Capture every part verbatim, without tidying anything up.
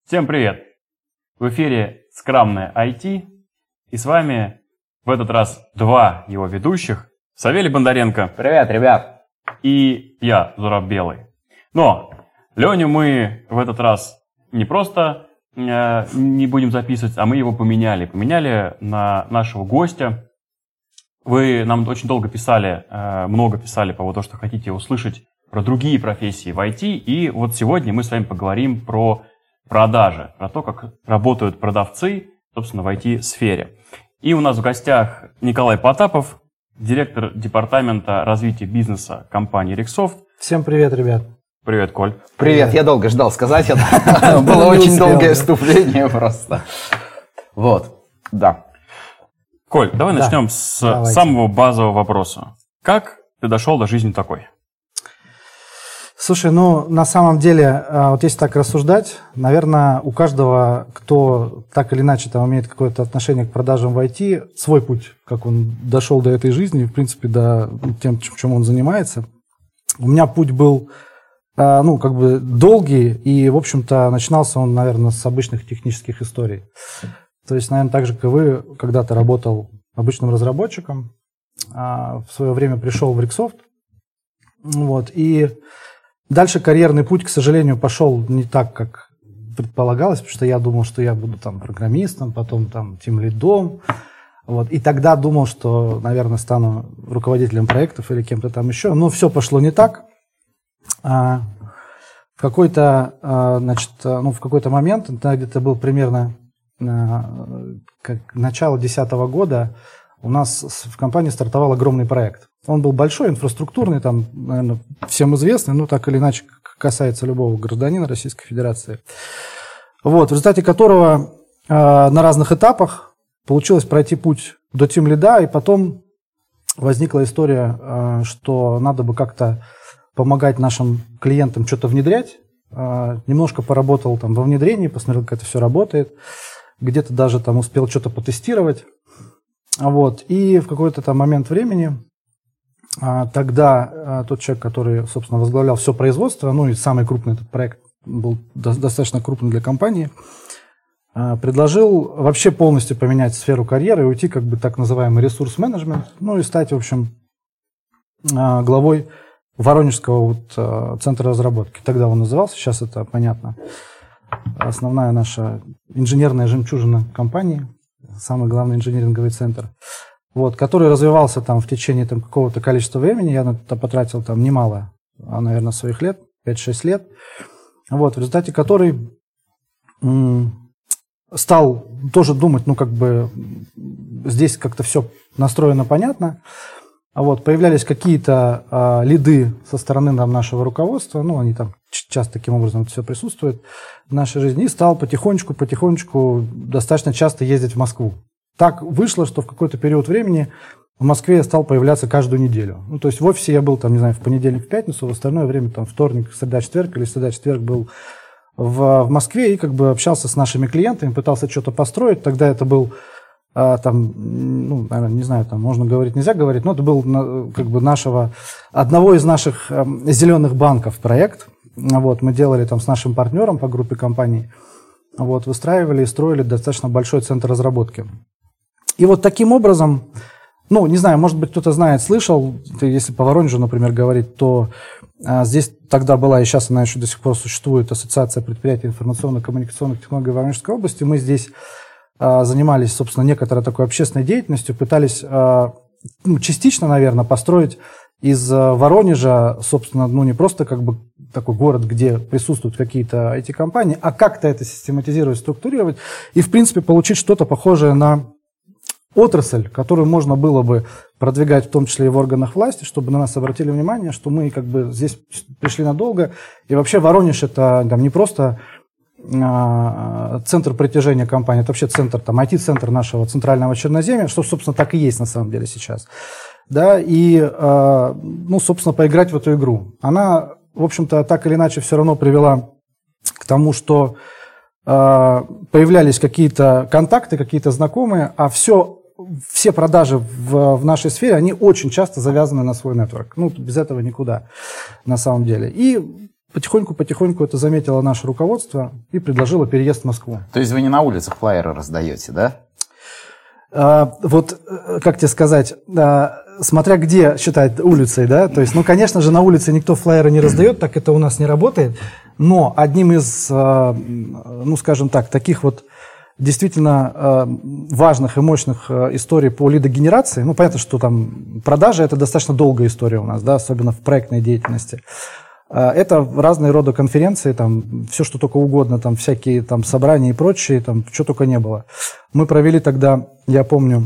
Всем привет! В эфире «Скрамное ай ти» и с вами в этот раз два его ведущих. Савелий Бондаренко. Привет, ребят! И я, Зураб Белый. Но Леню мы в этот раз не просто э, не будем записывать, а мы его поменяли. Поменяли на нашего гостя. Вы нам очень долго писали, э, много писали по поводу, что хотите услышать про другие профессии в ай ти. И вот сегодня мы с вами поговорим про продажи, про то, как работают продавцы, собственно, в ай ти-сфере. И у нас в гостях Николай Потапов, директор департамента развития бизнеса компании Рексофт. Всем привет, ребят. Привет, Коль. Привет, я долго ждал сказать это. Было очень долгое вступление просто. Вот, да. Коль, давай начнем с самого базового вопроса. Как ты дошел до жизни такой? Слушай, ну, на самом деле, вот если так рассуждать, наверное, у каждого, кто так или иначе там имеет какое-то отношение к продажам в ай ти, свой путь, как он дошел до этой жизни, в принципе, до тем, чем он занимается. У меня путь был, ну, как бы долгий, и, в общем-то, начинался он, наверное, с обычных технических историй. То есть, наверное, так же, как и вы, когда-то работал обычным разработчиком, в свое время пришел в Рексофт, вот, и дальше карьерный путь, к сожалению, пошел не так, как предполагалось, потому что я думал, что я буду там программистом, потом там тимлидом, вот, и тогда думал, что, наверное, стану руководителем проектов или кем-то там еще, но все пошло не так. А, в какой-то, а, значит, ну, в какой-то момент, где-то был примерно а, как начало две тысячи десятого года, у нас в компании стартовал огромный проект. Он был большой, инфраструктурный, там, наверное, всем известный, но так или иначе касается любого гражданина Российской Федерации. Вот, в результате которого э, на разных этапах получилось пройти путь до тимлида, и потом возникла история, э, что надо бы как-то помогать нашим клиентам что-то внедрять. Э, немножко поработал там во внедрении, посмотрел, как это все работает. Где-то даже там успел что-то потестировать. Вот, и в какой-то там момент времени тогда тот человек, который, собственно, возглавлял все производство, ну и самый крупный этот проект был достаточно крупный для компании, предложил вообще полностью поменять сферу карьеры и уйти как бы так называемый ресурс-менеджмент, ну и стать, в общем, главой Воронежского вот центра разработки. Тогда он назывался, сейчас это понятно. Основная наша инженерная жемчужина компании, самый главный инженеринговый центр. Вот, который развивался там в течение там, какого-то количества времени. Я на это потратил там немало, а, наверное, своих лет, пять-шесть лет. Вот, в результате которой м- стал тоже думать, ну, как бы здесь как-то все настроено понятно. А вот, появлялись какие-то а, лиды со стороны там, нашего руководства, ну, они там часто таким образом все присутствует в нашей жизни, и стал потихонечку-потихонечку достаточно часто ездить в Москву. Так вышло, что в какой-то период времени в Москве я стал появляться каждую неделю. Ну, то есть в офисе я был, там, не знаю, в понедельник, в пятницу, в остальное время, там, вторник, среда, четверг или среда, четверг был в, в Москве и как бы общался с нашими клиентами, пытался что-то построить. Тогда это был, а, там, ну, наверное, не знаю, там можно говорить, нельзя говорить, но это был как бы нашего, одного из наших а, зеленых банков проект. Вот, мы делали там с нашим партнером по группе компаний, вот, выстраивали и строили достаточно большой центр разработки. И вот таким образом, ну, не знаю, может быть, кто-то знает, слышал, если по Воронежу, например, говорить, то а, здесь тогда была, и сейчас она еще до сих пор существует, Ассоциация предприятий информационно-коммуникационных технологий Воронежской области. Мы здесь а, занимались, собственно, некоторой такой общественной деятельностью, пытались а, ну, частично, наверное, построить из а, Воронежа, собственно, ну, не просто как бы такой город, где присутствуют какие-то ай ти-компании, а как-то это систематизировать, структурировать и, в принципе, получить что-то похожее на отрасль, которую можно было бы продвигать в том числе и в органах власти, чтобы на нас обратили внимание, что мы как бы здесь пришли надолго. И вообще Воронеж это там, не просто а, центр притяжения компании, это вообще центр, там, ай ти-центр нашего центрального Черноземья, что, собственно, так и есть на самом деле сейчас. Да, и, а, ну, собственно, поиграть в эту игру. Она, в общем-то, так или иначе все равно привела к тому, что а, появлялись какие-то контакты, какие-то знакомые, а все все продажи в, в нашей сфере, они очень часто завязаны на свой нетворк. Ну, без этого никуда, на самом деле. И потихоньку-потихоньку это заметило наше руководство и предложило переезд в Москву. То есть вы не на улицах флайеры раздаете, да? А, вот, как тебе сказать, а, смотря где считать улицей, да, то есть, ну, конечно же, на улице никто флайеры не раздает, так это у нас не работает, но одним из, а, ну, скажем так, таких вот действительно а, важных и мощных а, историй по лидогенерации, ну, понятно, что там продажи – это достаточно долгая история у нас, да, особенно в проектной деятельности. Это разные рода конференции, там, все, что только угодно, там, всякие там, собрания и прочее, там, что только не было. Мы провели тогда, я помню,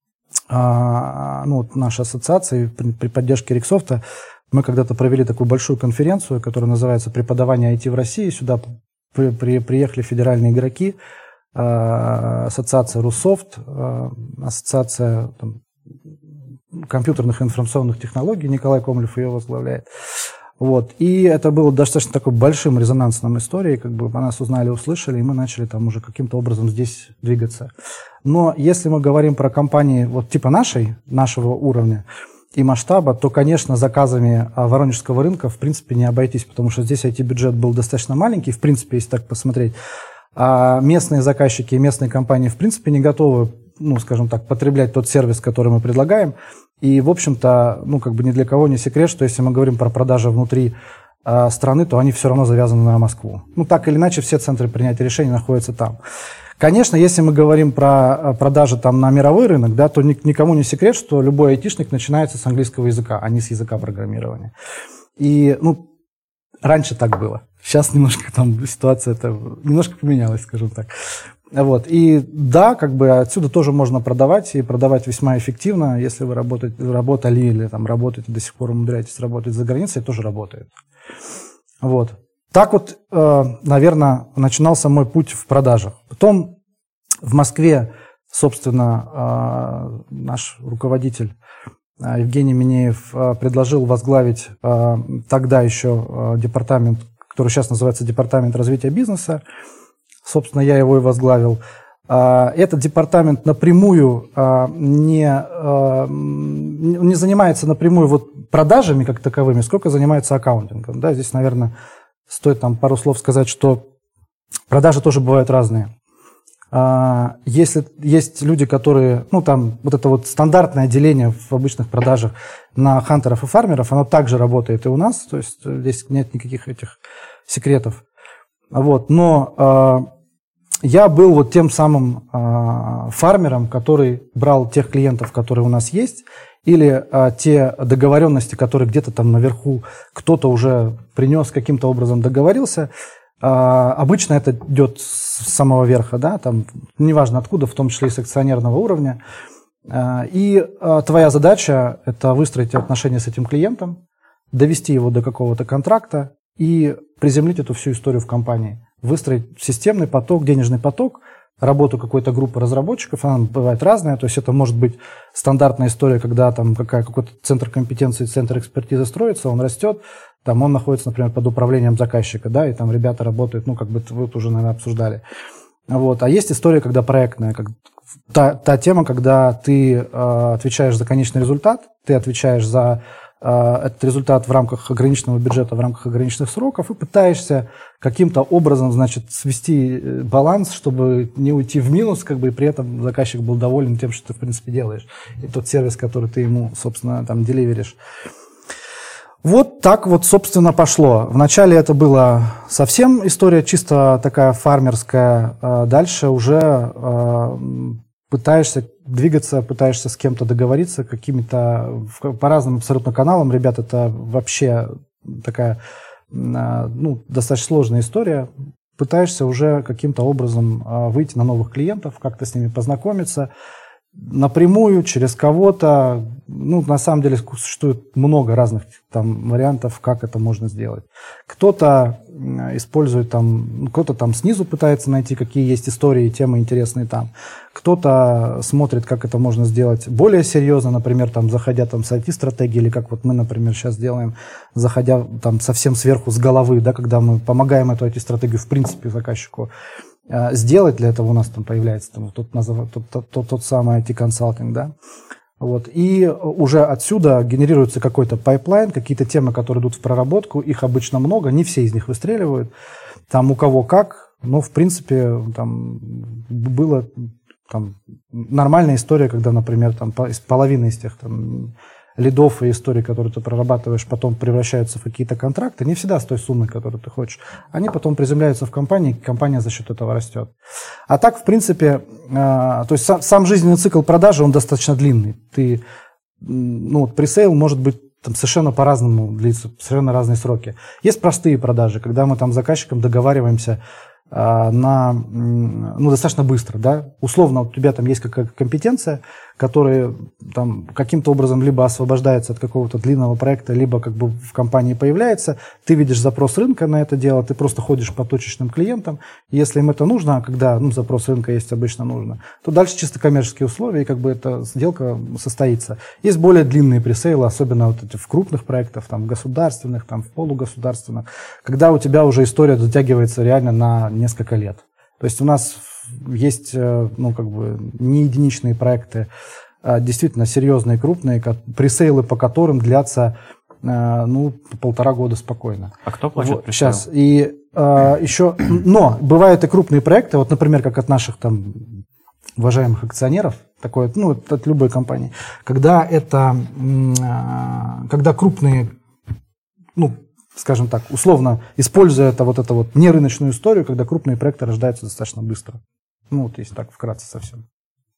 а, ну, вот наша ассоциация при, при поддержке Риксофта, мы когда-то провели такую большую конференцию, которая называется «Преподавание ай ти в России». Сюда при, при, приехали федеральные игроки, а, ассоциация Руссофт, а, ассоциация там, компьютерных и информационных технологий, Николай Комлев ее возглавляет. Вот. И это было достаточно такой большим резонансным историей, как бы о нас узнали, услышали, и мы начали там уже каким-то образом здесь двигаться. Но если мы говорим про компании вот типа нашей, нашего уровня и масштаба, то, конечно, заказами воронежского рынка в принципе не обойтись, потому что здесь ай ти-бюджет был достаточно маленький, в принципе, если так посмотреть. А местные заказчики и местные компании в принципе не готовы, ну, скажем так, потреблять тот сервис, который мы предлагаем. И, в общем-то, ну, как бы ни для кого не секрет, что если мы говорим про продажи внутри э, страны, то они все равно завязаны на Москву. Ну, так или иначе, все центры принятия решений находятся там. Конечно, если мы говорим про продажи там на мировой рынок, да, то ни, никому не секрет, что любой айтишник начинается с английского языка, а не с языка программирования. И, ну, раньше так было. Сейчас немножко там ситуация это немножко поменялась, скажем так. Вот. И да, как бы отсюда тоже можно продавать, и продавать весьма эффективно. Если вы работаете, работали или там, работаете, до сих пор умудряетесь работать за границей, тоже работает. Вот. Так вот, э, наверное, начинался мой путь в продажах. Потом в Москве, собственно, э, наш руководитель э, Евгений Минеев э, предложил возглавить э, тогда еще э, департамент, который сейчас называется Департамент развития бизнеса. Собственно, я его и возглавил. Этот департамент напрямую не, не занимается напрямую вот продажами как таковыми, сколько занимается аккаунтингом. Да, здесь, наверное, стоит там пару слов сказать, что продажи тоже бывают разные. Если есть люди, которые, ну там, вот это вот стандартное деление в обычных продажах на хантеров и фармеров, оно также работает и у нас, то есть здесь нет никаких этих секретов. Вот, но я был вот тем самым э, фармером, который брал тех клиентов, которые у нас есть, или э, те договоренности, которые где-то там наверху кто-то уже принес, каким-то образом договорился. Э, обычно это идет с самого верха, да, там, неважно откуда, в том числе и с акционерного уровня. Э, и э, твоя задача – это выстроить отношения с этим клиентом, довести его до какого-то контракта и приземлить эту всю историю в компании. Выстроить системный поток, денежный поток, работу какой-то группы разработчиков, она бывает разная, то есть это может быть стандартная история, когда там какая, какой-то центр компетенции, центр экспертизы строится, он растет, там он находится, например, под управлением заказчика, да, и там ребята работают, ну, как бы вы уже, наверное, обсуждали. Вот. А есть история, когда проектная, как, та, та тема, когда ты э, отвечаешь за конечный результат, ты отвечаешь за этот результат в рамках ограниченного бюджета, в рамках ограниченных сроков, и пытаешься каким-то образом, значит, свести баланс, чтобы не уйти в минус, как бы, и при этом заказчик был доволен тем, что ты, в принципе, делаешь, и тот сервис, который ты ему, собственно, там, деливеришь. Вот так вот, собственно, пошло. Вначале это была совсем история чисто такая фармерская, а дальше уже пытаешься двигаться, пытаешься с кем-то договориться, какими-то по разным абсолютно каналам. Ребят, это вообще такая, ну, достаточно сложная история. Пытаешься уже каким-то образом выйти на новых клиентов, как-то с ними познакомиться. Напрямую, через кого-то. Ну, на самом деле существует много разных там вариантов, как это можно сделать. Кто-то использует там, кто-то там снизу пытается найти, какие есть истории, темы интересные там. Кто-то смотрит, как это можно сделать более серьезно, например, там, заходя там с ай ти-стратегией, или как вот мы, например, сейчас делаем, заходя там совсем сверху с головы, да, когда мы помогаем эту ай ти-стратегию в принципе заказчику сделать. Для этого у нас там появляется там, тот, тот, тот, тот, тот самый ай ти-консалтинг, да. Вот. И уже отсюда генерируется какой-то пайплайн, какие-то темы, которые идут в проработку, их обычно много, не все из них выстреливают. Там у кого как, но в принципе там было там, нормальная история, когда, например, там, половина из тех там, лидов и историй, которые ты прорабатываешь, потом превращаются в какие-то контракты, не всегда с той суммой, которую ты хочешь. Они потом приземляются в компании, и компания за счет этого растет. А так, в принципе, э, то есть сам, сам жизненный цикл продажи, он достаточно длинный. Ты, ну, вот пресейл может быть там совершенно по-разному длится, совершенно разные сроки. Есть простые продажи, когда мы там с заказчиком договариваемся э, на, ну, достаточно быстро, да. Условно, у тебя там есть какая-то компетенция, которые там каким-то образом либо освобождается от какого-то длинного проекта, либо как бы в компании появляется, ты видишь запрос рынка на это дело, ты просто ходишь по точечным клиентам, и если им это нужно, а когда ну, запрос рынка есть обычно нужно, то дальше чисто коммерческие условия, и как бы эта сделка состоится. Есть более длинные пресейлы, особенно вот эти в крупных проектах, там, государственных, там, в полугосударственных, когда у тебя уже история затягивается реально на несколько лет. То есть у нас есть, ну, как бы, не единичные проекты, а действительно серьезные, крупные, пресейлы по которым длятся, ну, полтора года спокойно. А кто платит вот, пресейл? Сейчас. И а, еще, но бывают и крупные проекты, вот, например, как от наших там уважаемых акционеров, такое, ну, от, от любой компании, когда это, когда крупные, ну, скажем так, условно, используя это, вот эту вот нерыночную историю, когда крупные проекты рождаются достаточно быстро. Ну, вот если так вкратце совсем.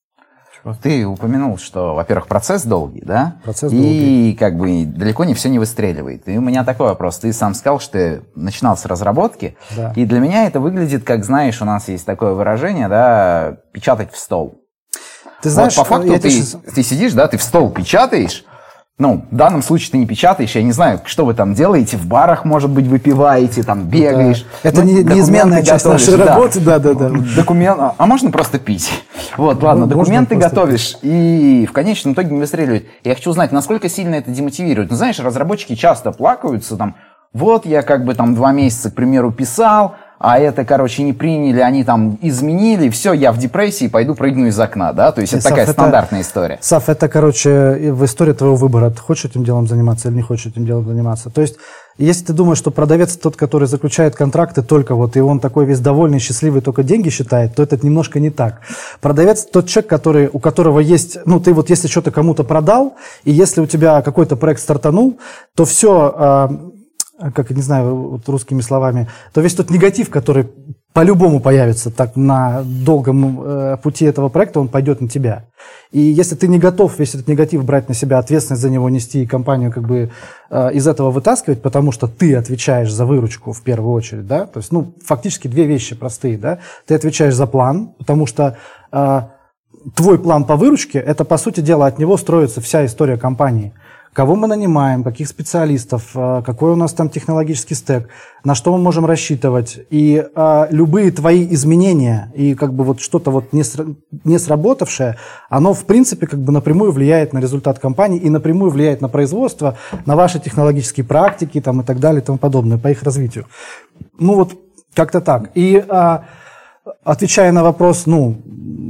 Ты упомянул, что, во-первых, процесс долгий, да? Процесс и долгий. И как бы далеко не все не выстреливает. И у меня такой вопрос. Ты сам сказал, что ты начинал с разработки. Да. И для меня это выглядит, как, знаешь, у нас есть такое выражение, да, печатать в стол. Ты знаешь, вот по факту ты, сейчас... ты сидишь, да, ты в стол печатаешь. Ну, в данном случае ты не печатаешь, я не знаю, что вы там делаете, в барах, может быть, выпиваете, там, бегаешь. Да. Это ну, не, неизменная часть нашей да. работы, да-да-да. Документ... А можно просто пить? Вот, ладно, ну, документы готовишь, пить. и в конечном итоге не выстреливает. Я хочу узнать, насколько сильно это демотивирует. Ну, знаешь, разработчики часто плакаются, там, вот я как бы там два месяца, к примеру, писал, а это, короче, не приняли, они там изменили, все, я в депрессии, пойду прыгну из окна, да? То есть это Саф, такая это, стандартная история. Саф, это, короче, в истории твоего выбора. Ты хочешь этим делом заниматься или не хочешь этим делом заниматься? То есть, если ты думаешь, что продавец тот, который заключает контракты только вот, и он такой весь довольный, счастливый, только деньги считает, то это немножко не так. Продавец тот человек, который, у которого есть, ну, ты вот если что-то кому-то продал, и если у тебя какой-то проект стартанул, то все... как, не знаю, вот русскими словами, то весь тот негатив, который по-любому появится так на долгом э, пути этого проекта, он пойдет на тебя. И если ты не готов весь этот негатив брать на себя, ответственность за него нести и компанию как бы э, из этого вытаскивать, потому что ты отвечаешь за выручку в первую очередь, да, то есть, ну, фактически две вещи простые, да, ты отвечаешь за план, потому что э, твой план по выручке, это, по сути дела, от него строится вся история компании. Кого мы нанимаем, каких специалистов, какой у нас там технологический стек, на что мы можем рассчитывать. И а, любые твои изменения и как бы вот что-то вот не, сра- не сработавшее, оно в принципе как бы напрямую влияет на результат компании и напрямую влияет на производство, на ваши технологические практики там, и так далее и тому подобное по их развитию. Ну вот как-то так. И а, отвечая на вопрос, ну...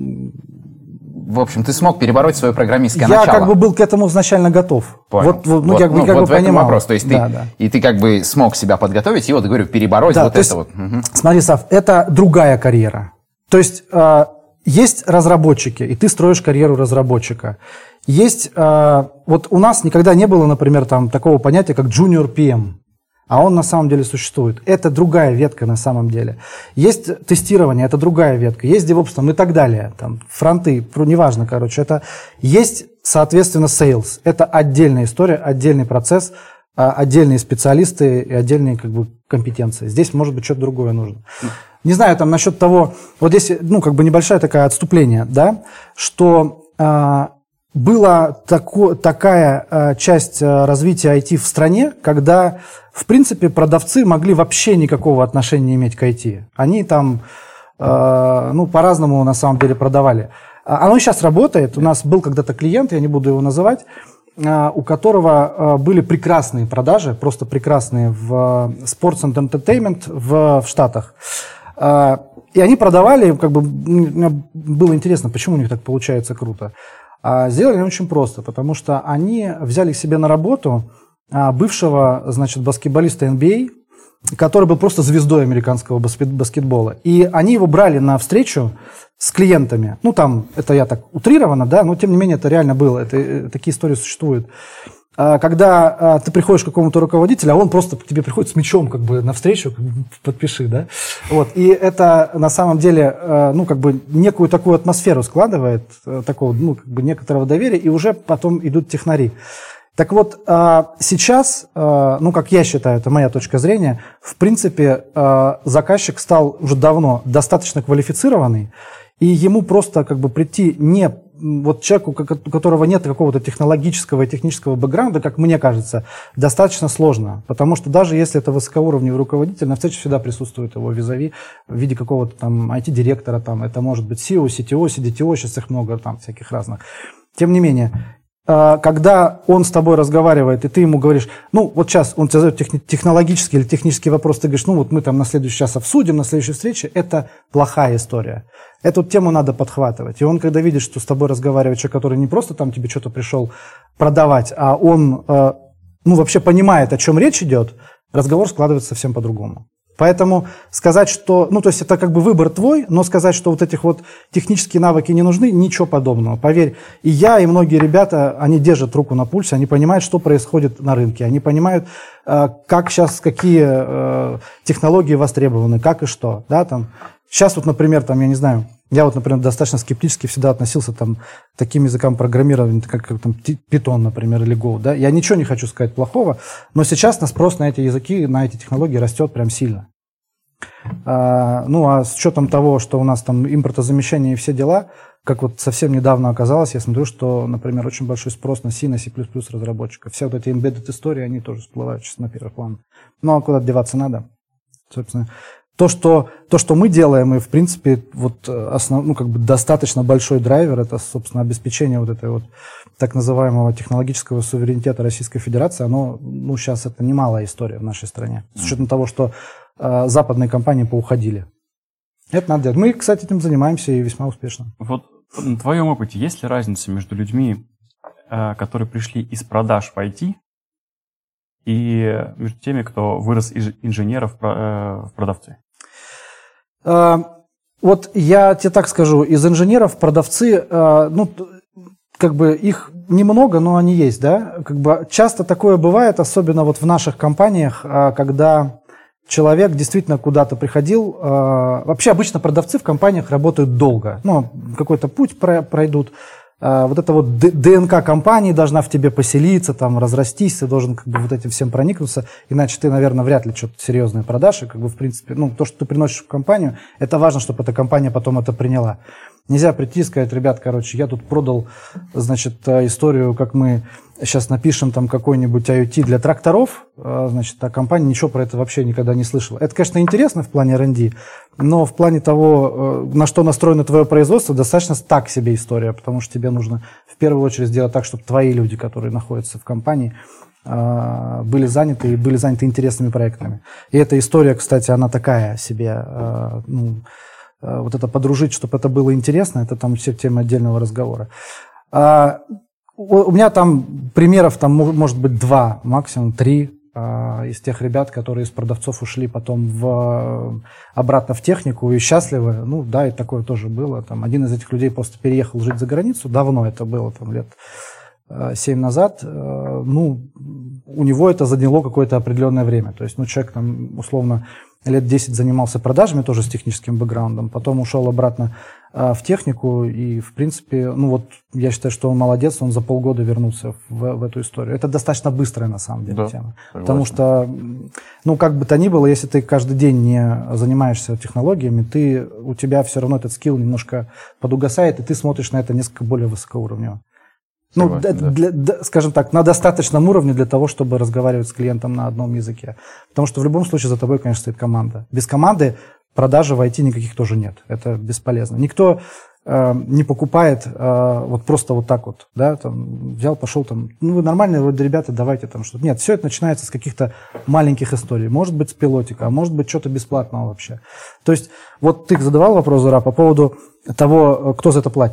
В общем, ты смог перебороть свое программистское я начало. Я как бы был к этому изначально готов. Понял. Вот, вот, ну, вот, как бы, ну, как вот бы в этом понимал. вопрос. То есть да, ты, да. и ты как бы смог себя подготовить и вот, говорю, перебороть да, вот это есть, вот. Угу. Смотри, Сав, это другая карьера. То есть э, есть разработчики, и ты строишь карьеру разработчика. Есть, э, вот у нас никогда не было, например, там такого понятия, как junior пи эм. А он на самом деле существует. Это другая ветка на самом деле. Есть тестирование, это другая ветка. Есть DevOps там, и так далее. Там, фронты, неважно, короче. Это есть, соответственно, sales. Это отдельная история, отдельный процесс, отдельные специалисты и отдельные как бы, компетенции. Здесь, может быть, что-то другое нужно. Не знаю, там насчет того, вот здесь, ну, как бы небольшое такое отступление, да, что... Была тако, такая э, часть э, развития ай ти в стране, когда, в принципе, продавцы могли вообще никакого отношения не иметь к ай ти. Они там, э, ну, по-разному на самом деле продавали. Оно сейчас работает. У нас был когда-то клиент, я не буду его называть, э, у которого э, были прекрасные продажи, просто прекрасные в э, Sports and Entertainment в, в Штатах. Э, и они продавали, как бы, мне было интересно, почему у них так получается круто. А сделали они очень просто, потому что они взяли к себе на работу бывшего, значит, баскетболиста эн би эй, который был просто звездой американского баскетбола. И они его брали на встречу с клиентами. Ну, там, это я так утрированно, да, но тем не менее это реально было. Это, такие истории существуют. Когда ты приходишь к какому-то руководителю, а он просто к тебе приходит с мячом как бы навстречу, подпиши, да. Вот. И это на самом деле, ну, как бы некую такую атмосферу складывает, такого, ну, как бы некоторого доверия, и уже потом идут технари. Так вот, сейчас, ну, как я считаю, это моя точка зрения, в принципе, заказчик стал уже давно достаточно квалифицированный, и ему просто как бы прийти не вот человеку, у которого нет какого-то технологического и технического бэкграунда, как мне кажется, достаточно сложно. Потому что даже если это высокоуровневый руководитель, на встрече всегда присутствует его визави в виде какого-то там ай ти-директора, там, это может быть си и о, си ти о, си ди ти о, сейчас их много там всяких разных. Тем не менее, когда он с тобой разговаривает, и ты ему говоришь, ну, вот сейчас он тебе задает техни- технологический или технический вопрос, ты говоришь, ну, вот мы там на следующий час обсудим, на следующей встрече, это плохая история. Эту тему надо подхватывать. И он, когда видит, что с тобой разговаривает человек, который не просто там тебе что-то пришел продавать, а он, ну, вообще понимает, о чем речь идет, разговор складывается совсем по-другому. Поэтому сказать, что, ну, то есть это как бы выбор твой, но сказать, что вот этих вот технические навыки не нужны, ничего подобного. Поверь, и я, и многие ребята, они держат руку на пульсе, они понимают, что происходит на рынке, они понимают, как сейчас, какие технологии востребованы, как и что, да, там. Сейчас вот, например, там, я не знаю, я вот, например, достаточно скептически всегда относился там, к таким языкам программирования, как, как там, Python, например, или Go. Да? Я ничего не хочу сказать плохого, но сейчас спрос на эти языки, на эти технологии растет прям сильно. А, ну, а с учетом того, что у нас там импортозамещение и все дела, как вот совсем недавно оказалось, я смотрю, что, например, очень большой спрос на C, на C++ разработчиков. Все вот эти embedded истории, они тоже всплывают сейчас на первый план. Ну, а куда деваться надо? Собственно, То что, то, что мы делаем, и, в принципе, вот основ, ну, как бы достаточно большой драйвер, это, собственно, обеспечение вот этой вот так называемого технологического суверенитета Российской Федерации, оно, ну, сейчас это немалая история в нашей стране, с учетом того, что э, западные компании поуходили. Это надо делать. Мы, кстати, этим занимаемся и весьма успешно. Вот на твоем опыте есть ли разница между людьми, э, которые пришли из продаж в ай ти, и между теми, кто вырос из инженеров в продавцы? Вот я тебе так скажу, из инженеров продавцы, ну, как бы их немного, но они есть, да. Как бы часто такое бывает, особенно вот в наших компаниях, когда человек действительно куда-то приходил. Вообще обычно продавцы в компаниях работают долго, ну, какой-то путь пройдут. Вот эта вот ДНК компании должна в тебе поселиться, там, разрастись, ты должен как бы вот этим всем проникнуться, иначе ты, наверное, вряд ли что-то серьезное продашь, и как бы в принципе, ну, то, что ты приносишь в компанию, это важно, чтобы эта компания потом это приняла. Нельзя прийти и сказать, ребят, короче, я тут продал, значит, историю, как мы сейчас напишем там какой-нибудь ай о ти для тракторов, значит, а компания ничего про это вообще никогда не слышала. Это, конечно, интересно в плане ар энд ди, но в плане того, на что настроено твое производство, достаточно так себе история, потому что тебе нужно в первую очередь сделать так, чтобы твои люди, которые находятся в компании, были заняты и были заняты интересными проектами. И эта история, кстати, она такая себе, ну, вот это подружить, чтобы это было интересно, это там все темы отдельного разговора. А, у меня там примеров, там может быть два, максимум три а, из тех ребят, которые из продавцов ушли потом в, обратно в технику и счастливы. Ну да, и такое тоже было. Там, один из этих людей просто переехал жить за границу, давно это было, там лет семь назад. Ну, у него это заняло какое-то определенное время. То есть, ну, человек там условно лет десять занимался продажами, тоже с техническим бэкграундом, потом ушел обратно э, в технику, и, в принципе, ну вот, я считаю, что он молодец, он за полгода вернулся в, в эту историю. Это достаточно быстрая, на самом деле, да, тема. Согласен. Потому что, ну, как бы то ни было, если ты каждый день не занимаешься технологиями, ты, у тебя все равно этот скилл немножко подугасает, и ты смотришь на это несколько более высокоуровнево. Ну, да. для, для, скажем так, на достаточном уровне для того, чтобы разговаривать с клиентом на одном языке. Потому что в любом случае за тобой, конечно, стоит команда. Без команды продажи в ай ти никаких тоже нет. Это бесполезно. Никто э, не покупает э, вот просто вот так вот, да, там, взял, пошел там, ну, вы нормальные вроде ребята, давайте там что-то. Нет, все это начинается с каких-то маленьких историй. Может быть, с пилотика, а может быть, что-то бесплатного вообще. То есть, вот ты задавал вопрос, Зура, по поводу того, кто за это платит.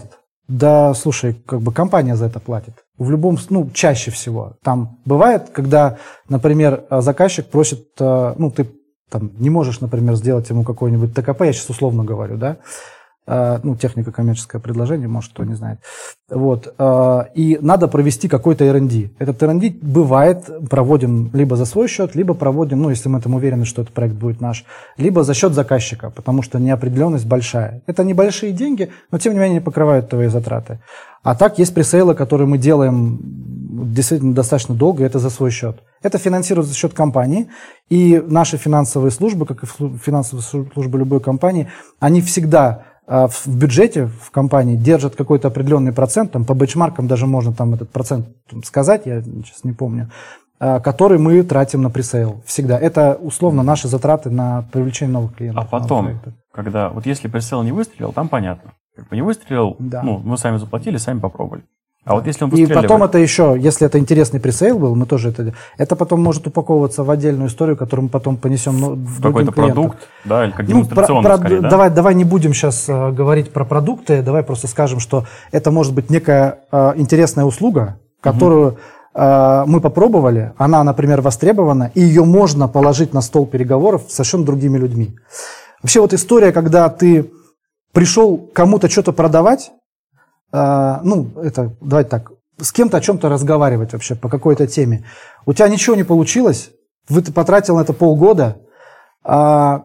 Да, слушай, как бы компания за это платит. В любом, ну, чаще всего. Там бывает, когда, например, заказчик просит, ну, ты там не можешь, например, сделать ему какой-нибудь ТКП, я сейчас условно говорю, да, ну, технико-коммерческое предложение, может, кто не знает. Вот. И надо провести какой-то эр энд ди. Этот эр энд ди бывает проводим либо за свой счет, либо проводим, ну, если мы там уверены, что этот проект будет наш, либо за счет заказчика, потому что неопределенность большая. Это небольшие деньги, но, тем не менее, покрывают твои затраты. А так есть пресейлы, которые мы делаем действительно достаточно долго, это за свой счет. Это финансируется за счет компании, и наши финансовые службы, как и финансовые службы любой компании, они всегда в бюджете в компании держат какой-то определенный процент, там по бенчмаркам даже можно там этот процент сказать, я сейчас не помню, который мы тратим на пресейл всегда. Это условно наши затраты на привлечение новых клиентов. А потом, когда, вот если пресейл не выстрелил, там понятно. Как бы не выстрелил, да. Ну, мы сами заплатили, сами попробовали. А вот если он выстреливает... И потом это еще, если это интересный пресейл был, мы тоже это... Это потом может упаковываться в отдельную историю, которую мы потом понесем в другим клиентам. Какой-то продукт, да, или как демонстрационный, ну, про, скорее, да? Давай, давай не будем сейчас uh, говорить про продукты, давай просто скажем, что это может быть некая uh, интересная услуга, которую угу. uh, мы попробовали, она, например, востребована, и ее можно положить на стол переговоров с совершенно другими людьми. Вообще вот история, когда ты пришел кому-то что-то продавать, Uh, ну, это, давайте так, с кем-то о чем-то разговаривать вообще по какой-то теме. У тебя ничего не получилось, вы потратил на это полгода, uh,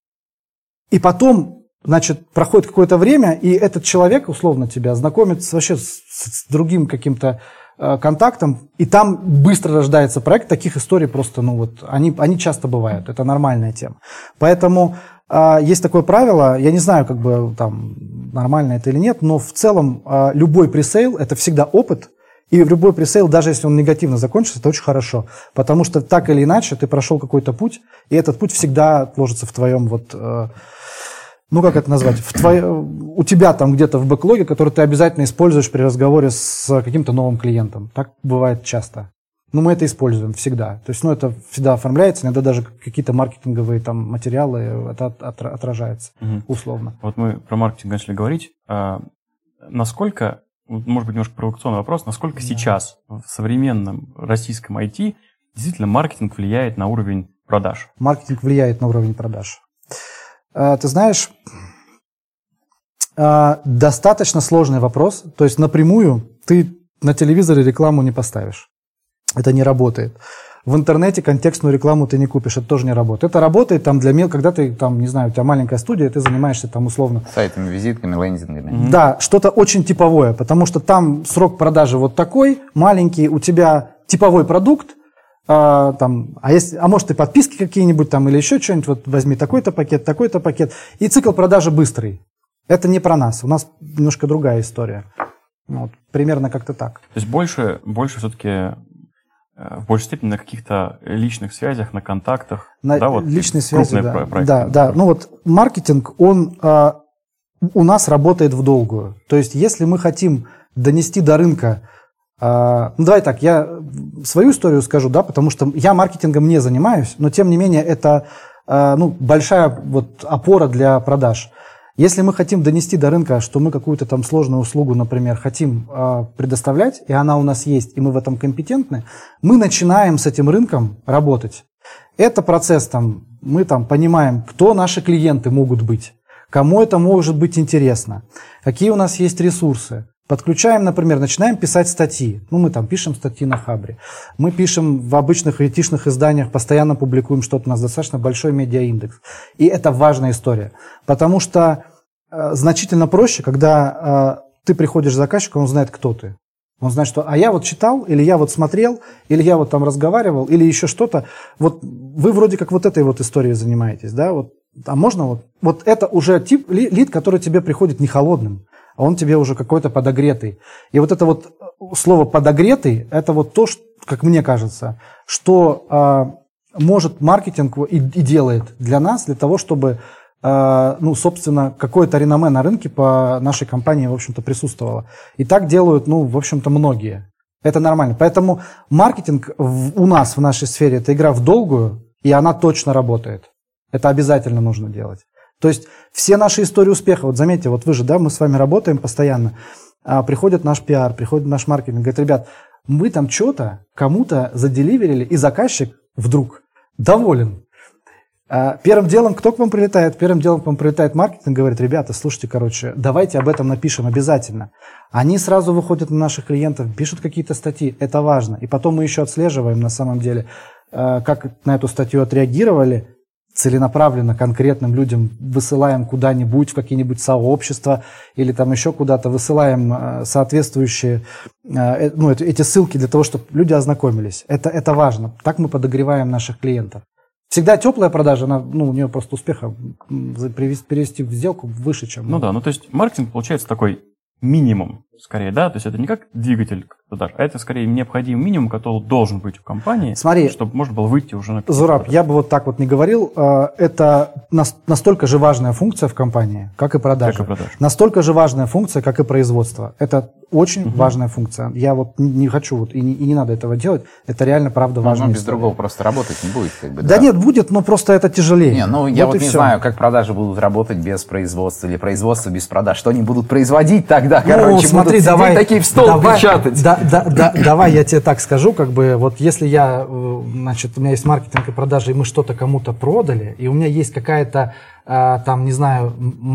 и потом, значит, проходит какое-то время, и этот человек, условно тебя, знакомится вообще с, с другим каким-то uh, контактом, и там быстро рождается проект. Таких историй просто, ну вот, они, они часто бывают, это нормальная тема. Поэтому uh, есть такое правило, я не знаю, как бы там... нормально это или нет, но в целом любой пресейл – это всегда опыт, и любой пресейл, даже если он негативно закончится, это очень хорошо, потому что так или иначе ты прошел какой-то путь, и этот путь всегда отложится в твоем, вот, ну как это назвать, в твое, у тебя там где-то в бэклоге, который ты обязательно используешь при разговоре с каким-то новым клиентом. Так бывает часто. Но мы это используем всегда. То есть, ну, это всегда оформляется, иногда даже какие-то маркетинговые там материалы, это от, от, отражается, угу. условно. Вот мы про маркетинг начали говорить. А насколько, может быть, немножко провокационный вопрос, насколько да. сейчас в современном российском ай ти действительно маркетинг влияет на уровень продаж? Маркетинг влияет на уровень продаж. А, ты знаешь, а, достаточно сложный вопрос. То есть, напрямую ты на телевизоре рекламу не поставишь. Это не работает. В интернете контекстную рекламу ты не купишь, это тоже не работает. Это работает там для мел, когда ты там, не знаю, у тебя маленькая студия, ты занимаешься там условно... Сайтами, визитками, лендингами. Mm-hmm. Да, что-то очень типовое, потому что там срок продажи вот такой, маленький, у тебя типовой продукт, а, там, а, если, а может и подписки какие-нибудь там или еще что-нибудь, вот возьми такой-то пакет, такой-то пакет, и цикл продажи быстрый. Это не про нас, у нас немножко другая история. Вот, примерно как-то так. То есть больше, больше все-таки... в большей степени на каких-то личных связях, на контактах. На да, вот личные связи, да. Проекты. Да, да. Ну вот маркетинг, он а, у нас работает в долгую. То есть если мы хотим донести до рынка... А, ну давай так, я свою историю скажу, да, потому что я маркетингом не занимаюсь, но тем не менее это а, ну, большая вот опора для продаж. Если мы хотим донести до рынка, что мы какую-то там сложную услугу, например, хотим э, предоставлять, и она у нас есть, и мы в этом компетентны, мы начинаем с этим рынком работать. Это процесс, там, мы там понимаем, кто наши клиенты могут быть, кому это может быть интересно, какие у нас есть ресурсы. Подключаем, например, начинаем писать статьи. Ну, мы там пишем статьи на Хабре. Мы пишем в обычных айтишных изданиях, постоянно публикуем что-то. У нас достаточно большой медиаиндекс. И это важная история. Потому что э, значительно проще, когда э, ты приходишь к заказчику, он знает, кто ты. Он знает, что, а я вот читал, или я вот смотрел, или я вот там разговаривал, или еще что-то. Вот вы вроде как вот этой вот историей занимаетесь, да? Вот, а можно вот? Вот это уже тип лид, который тебе приходит не холодным, а он тебе уже какой-то подогретый. И вот это вот слово «подогретый» – это вот то, что, как мне кажется, что э, может маркетинг и, и делает для нас, для того, чтобы, э, ну, собственно, какое-то реноме на рынке по нашей компании, в общем-то, присутствовало. И так делают, ну, в общем-то, многие. Это нормально. Поэтому маркетинг в, у нас, в нашей сфере, это игра в долгую, и она точно работает. Это обязательно нужно делать. То есть все наши истории успеха, вот заметьте, вот вы же, да, мы с вами работаем постоянно. а, приходит наш пиар, приходит наш маркетинг, говорит, ребят, мы там что-то кому-то заделиверили, и заказчик вдруг доволен. А, первым делом, кто к вам прилетает? Первым делом к вам прилетает маркетинг, говорит, ребята, слушайте, короче, давайте об этом напишем обязательно. Они сразу выходят на наших клиентов, пишут какие-то статьи, это важно. И потом мы еще отслеживаем на самом деле, как на эту статью отреагировали, целенаправленно конкретным людям высылаем куда-нибудь в какие-нибудь сообщества или там еще куда-то, высылаем соответствующие ну, эти ссылки для того, чтобы люди ознакомились. Это, это важно. Так мы подогреваем наших клиентов. Всегда теплая продажа, она, ну, у нее просто успеха перевести в сделку выше, чем... Ну да, ну то есть маркетинг получается такой минимум, скорее, да? То есть это не как двигатель продаж, а это скорее необходимый минимум, который должен быть у компании, Смотри, чтобы можно было выйти уже на... Зураб, я бы вот так вот не говорил. Это настолько же важная функция в компании, как и продажа. Как и продажа. Настолько же важная функция, как и производство. Это очень угу. важная функция. Я вот не хочу, вот, и, не, и не надо этого делать. Это реально, правда, важно. Но без другого просто работать не будет. Как бы, да, да нет, будет, но просто это тяжелее. Не, ну я вот, вот не все. знаю, как продажи будут работать без производства или производство без продаж. Что они будут производить тогда, ну, короче, смотри, будут давай, такие в стол давай, печатать. Да, да, да, давай я тебе так скажу, как бы, вот если я, значит, у меня есть маркетинг и продажи, и мы что-то кому-то продали, и у меня есть какая-то там, не знаю,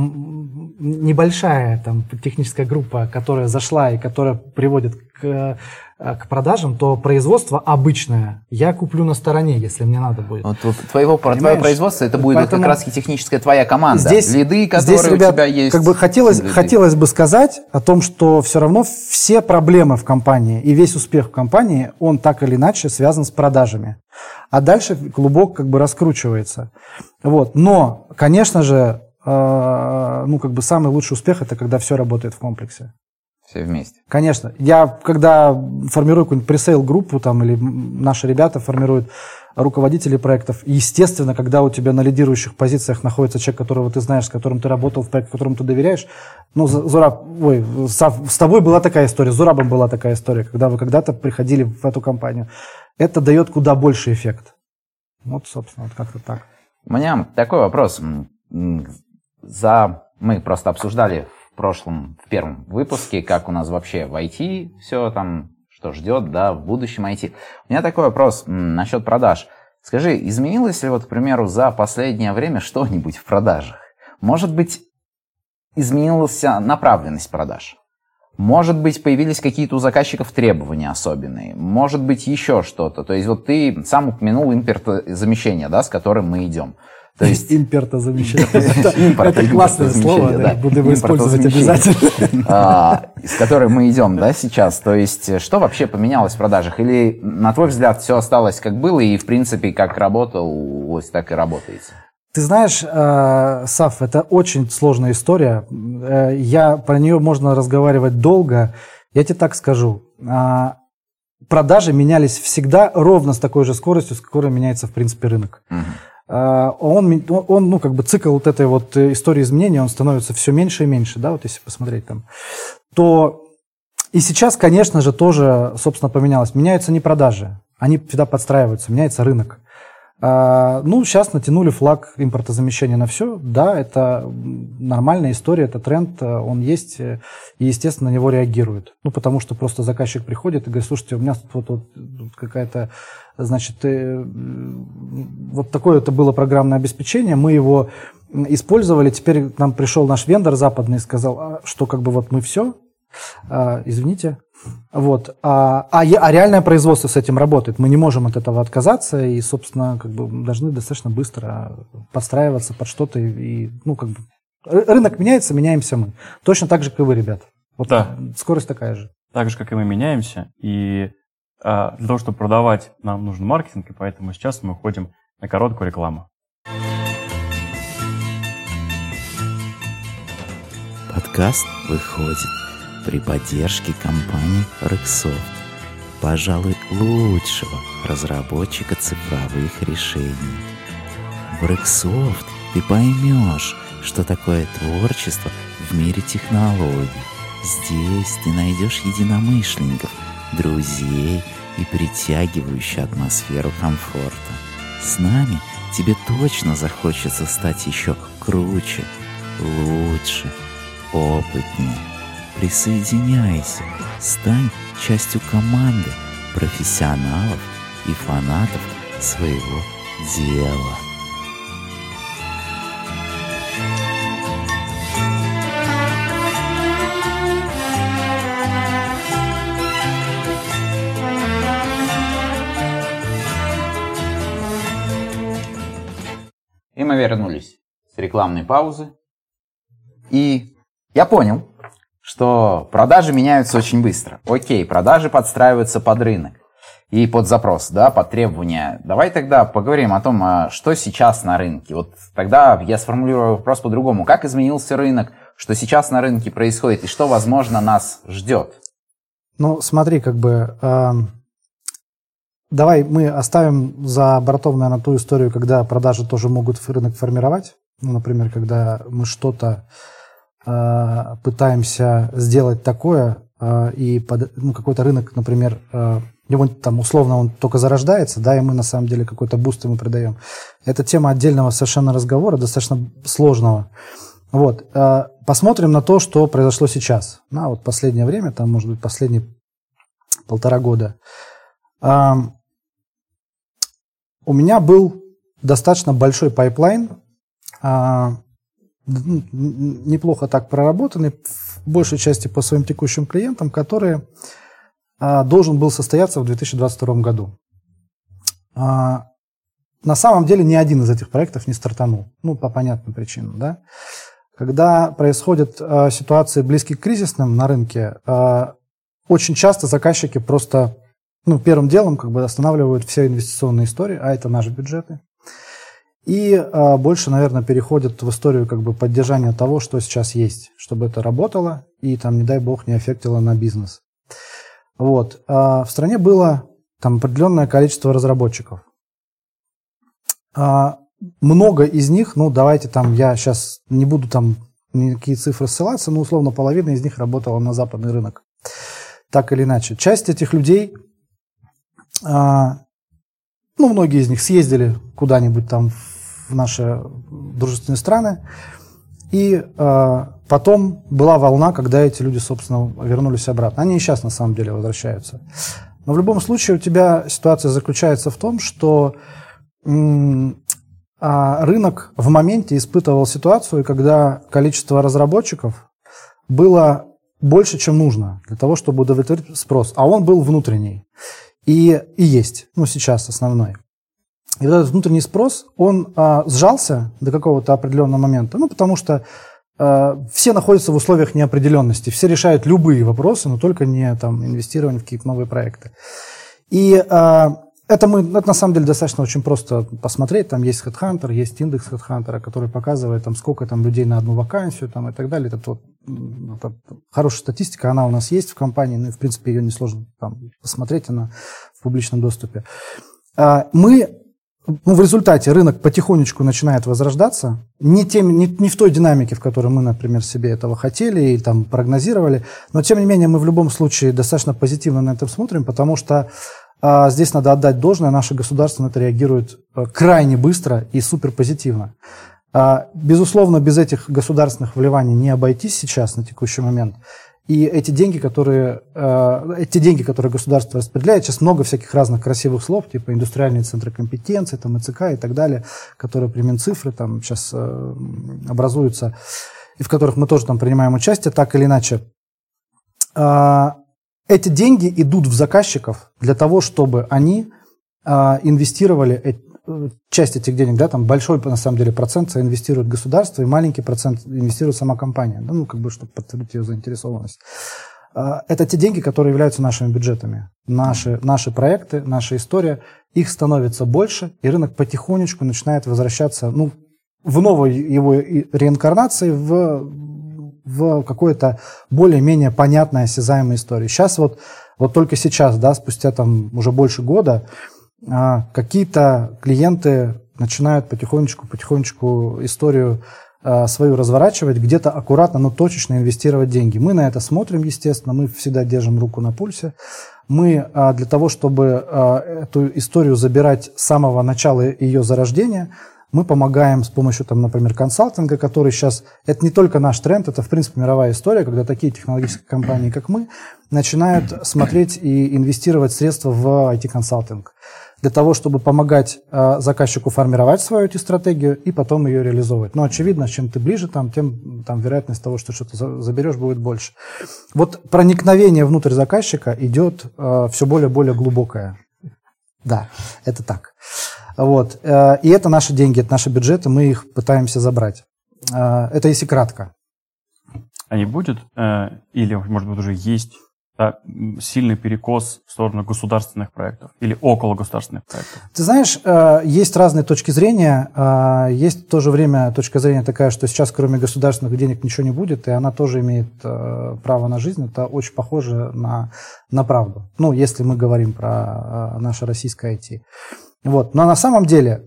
небольшая там техническая группа, которая зашла и которая приводит к, к продажам, то производство обычное я куплю на стороне, если мне надо будет. Вот, вот твоего, твое производство, это будет вот как раз техническая твоя команда. Здесь, лиды, которые здесь, ребят, у тебя есть. Как бы хотелось, хотелось бы сказать о том, что все равно все проблемы в компании и весь успех в компании, он так или иначе связан с продажами. А дальше клубок как бы раскручивается. Вот. Но, конечно же, э, ну, как бы самый лучший успех – это когда все работает в комплексе. Все вместе. Конечно. Я, когда формирую какую-нибудь пресейл-группу, там, или наши ребята формируют руководителей проектов, естественно, когда у тебя на лидирующих позициях находится человек, которого ты знаешь, с которым ты работал в проекте, которому ты доверяешь. Ну, Зураб, ой, с тобой была такая история, с Зурабом была такая история, когда вы когда-то приходили в эту компанию. Это дает куда больше эффект. Вот, собственно, вот как-то так. У меня такой вопрос. За... Мы просто обсуждали в прошлом, в первом выпуске, как у нас вообще в ай ти все там, что ждет, да, в будущем ай ти. У меня такой вопрос насчет продаж. Скажи, изменилось ли, вот, к примеру, за последнее время что-нибудь в продажах? Может быть, изменилась направленность продаж? Может быть, появились какие-то у заказчиков требования особенные. Может быть, еще что-то. То есть, вот ты сам упомянул импортозамещение, да, с которым мы идем. То есть импортозамещение. Это классное слово, буду его использовать обязательно. С которым мы идем, да, сейчас. То есть, что вообще поменялось в продажах? Или, на твой взгляд, все осталось как было и, в принципе, как работалось, так и работаете? Ты знаешь, Сав, это очень сложная история. Я, про нее можно разговаривать долго. Я тебе так скажу. Продажи менялись всегда ровно с такой же скоростью, с которой меняется, в принципе, рынок. Угу. Он, он, ну, как бы цикл вот этой вот истории изменений, он становится все меньше и меньше, да, вот если посмотреть там. То и сейчас, конечно же, тоже, собственно, поменялось. Меняются не продажи, они всегда подстраиваются, меняется рынок. Ну, сейчас натянули флаг импортозамещения на все. Да, это нормальная история, это тренд, он есть, и, естественно, на него реагируют. Ну, потому что просто заказчик приходит и говорит, слушайте, у меня тут вот, вот какая-то, значит, вот такое это было программное обеспечение, мы его использовали, теперь к нам пришел наш вендор западный и сказал, что как бы вот мы все, извините. Вот. А, а, а реальное производство с этим работает. Мы не можем от этого отказаться и, собственно, как бы должны достаточно быстро подстраиваться под что-то. И, ну, как бы, рынок меняется, меняемся мы. Точно так же, как и вы, ребят. Вот да. Скорость такая же. Так же, как и мы меняемся. И а, для того, чтобы продавать, нам нужен маркетинг, и поэтому сейчас мы уходим на короткую рекламу. Подкаст выходит при поддержке компании Rexsoft, пожалуй, лучшего разработчика цифровых решений. В Rexsoft ты поймешь, что такое творчество в мире технологий. Здесь ты найдешь единомышленников, друзей и притягивающую атмосферу комфорта. С нами тебе точно захочется стать еще круче, лучше, опытнее. Присоединяйся, стань частью команды профессионалов и фанатов своего дела. И мы вернулись с рекламной паузы. И я понял, что продажи меняются очень быстро. Окей, продажи подстраиваются под рынок и под запрос, да, под требования. Давай тогда поговорим о том, что сейчас на рынке. Вот тогда я сформулирую вопрос по-другому. Как изменился рынок, что сейчас на рынке происходит и что, возможно, нас ждет? Ну, смотри, как бы... Э, давай мы оставим за бортом, наверное, ту историю, когда продажи тоже могут рынок формировать. Ну, например, когда мы что-то э, пытаемся сделать такое, э, и под, ну, какой-то рынок, например, э, его там условно он только зарождается, да, и мы на самом деле какой-то буст ему придаем. Это тема отдельного совершенно разговора, достаточно сложного. Вот. Э, посмотрим на то, что произошло сейчас. На вот последнее время, там, может быть, последние полтора года. Э, у меня был достаточно большой пайплайн, э, неплохо так проработанный, в большей части по своим текущим клиентам, которые должен был состояться в две тысячи двадцать втором году. На самом деле ни один из этих проектов не стартанул. Ну, по понятным причинам. Да? Когда происходят ситуации, близкие к кризисным на рынке, очень часто заказчики просто ну, первым делом как бы останавливают все инвестиционные истории, а это наши бюджеты. И больше, наверное, переходят в историю как бы поддержания того, что сейчас есть, чтобы это работало и, там, не дай бог, не аффектило на бизнес. Вот. А в стране было там определенное количество разработчиков. А много из них, ну давайте там, я сейчас не буду там никакие цифры ссылаться, но условно половина из них работала на западный рынок. Так или иначе. Часть этих людей, а, ну многие из них съездили куда-нибудь там в наши дружественные страны, и э, потом была волна, когда эти люди, собственно, вернулись обратно. Они и сейчас, на самом деле, возвращаются. Но в любом случае у тебя ситуация заключается в том, что м- а рынок в моменте испытывал ситуацию, когда количество разработчиков было больше, чем нужно для того, чтобы удовлетворить спрос. А он был внутренний. И, и есть, ну, сейчас основной. И вот этот внутренний спрос, он а, сжался до какого-то определенного момента, ну, потому что а, все находятся в условиях неопределенности, все решают любые вопросы, но только не там, инвестирование в какие-то новые проекты. И а, это, мы, это на самом деле достаточно очень просто посмотреть, там есть HeadHunter, есть индекс HeadHunter, который показывает, там, сколько там, людей на одну вакансию там, и так далее. Это, вот, это хорошая статистика, она у нас есть в компании, ну и в принципе ее несложно там, посмотреть, она в публичном доступе. А, мы Ну, в результате рынок потихонечку начинает возрождаться, не, тем, не, не в той динамике, в которой мы, например, себе этого хотели и там прогнозировали, но тем не менее мы в любом случае достаточно позитивно на это смотрим, потому что а, здесь надо отдать должное, наше государство на это реагирует а, крайне быстро и суперпозитивно. А, безусловно, без этих государственных вливаний не обойтись сейчас на текущий момент. И эти деньги, которые, э, эти деньги, которые государство распределяет, сейчас много всяких разных красивых слов, типа индустриальные центры компетенции, там, ИЦК и так далее, которые при Минцифры там сейчас э, образуются, и в которых мы тоже там принимаем участие, так или иначе. Э, эти деньги идут в заказчиков для того, чтобы они э, инвестировали э, часть этих денег, да, там большой, на самом деле, процент инвестирует государство, и маленький процент инвестирует сама компания, да, ну, как бы, чтобы подтвердить ее заинтересованность. Это те деньги, которые являются нашими бюджетами. Наши, наши проекты, наша история, их становится больше, и рынок потихонечку начинает возвращаться, ну, в новой его реинкарнации, в, в какое-то более-менее понятное, осязаемое истории. Сейчас вот, вот только сейчас, да, спустя там уже больше года, какие-то клиенты начинают потихонечку-потихонечку историю а, свою разворачивать, где-то аккуратно, но точечно инвестировать деньги. Мы на это смотрим, естественно, мы всегда держим руку на пульсе. Мы а, для того, чтобы а, эту историю забирать с самого начала ее зарождения, Мы помогаем с помощью, там, например, консалтинга, который сейчас... Это не только наш тренд, это, в принципе, мировая история, когда такие технологические компании, как мы, начинают смотреть и инвестировать средства в ай ти-консалтинг для того, чтобы помогать э, заказчику формировать свою ай ти-стратегию и потом ее реализовывать. Но очевидно, чем ты ближе, там, тем там, вероятность того, что что-то за, заберешь, будет больше. Вот проникновение внутрь заказчика идет э, все более и более глубокое. Да, это так. Вот. Э, и это наши деньги, это наши бюджеты, мы их пытаемся забрать. Э, это если кратко. А не будет, э, или, может быть, уже есть да, сильный перекос в сторону государственных проектов или около государственных проектов? Ты знаешь, есть разные точки зрения. Есть в то же время точка зрения такая, что сейчас кроме государственных денег ничего не будет, и она тоже имеет право на жизнь. Это очень похоже на, на правду. Ну, если мы говорим про наше российское ай ти. Вот. Но на самом деле,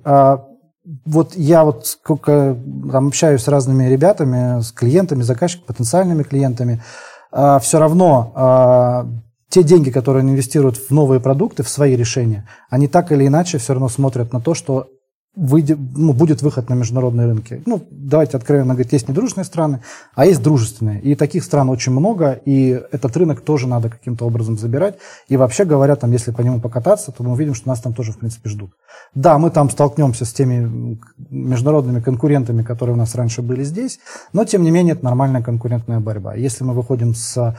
вот я вот сколько там общаюсь с разными ребятами, с клиентами, заказчиками, потенциальными клиентами, все равно те деньги, которые они инвестируют в новые продукты, в свои решения, они так или иначе все равно смотрят на то, что выйдет, ну, будет выход на международные рынки. Ну, давайте откровенно говорить, есть недружественные страны, а есть дружественные. И таких стран очень много, и этот рынок тоже надо каким-то образом забирать. И вообще говоря, там, если по нему покататься, то мы увидим, что нас там тоже, в принципе, ждут. Да, мы там столкнемся с теми международными конкурентами, которые у нас раньше были здесь, но, тем не менее, это нормальная конкурентная борьба. Если мы выходим с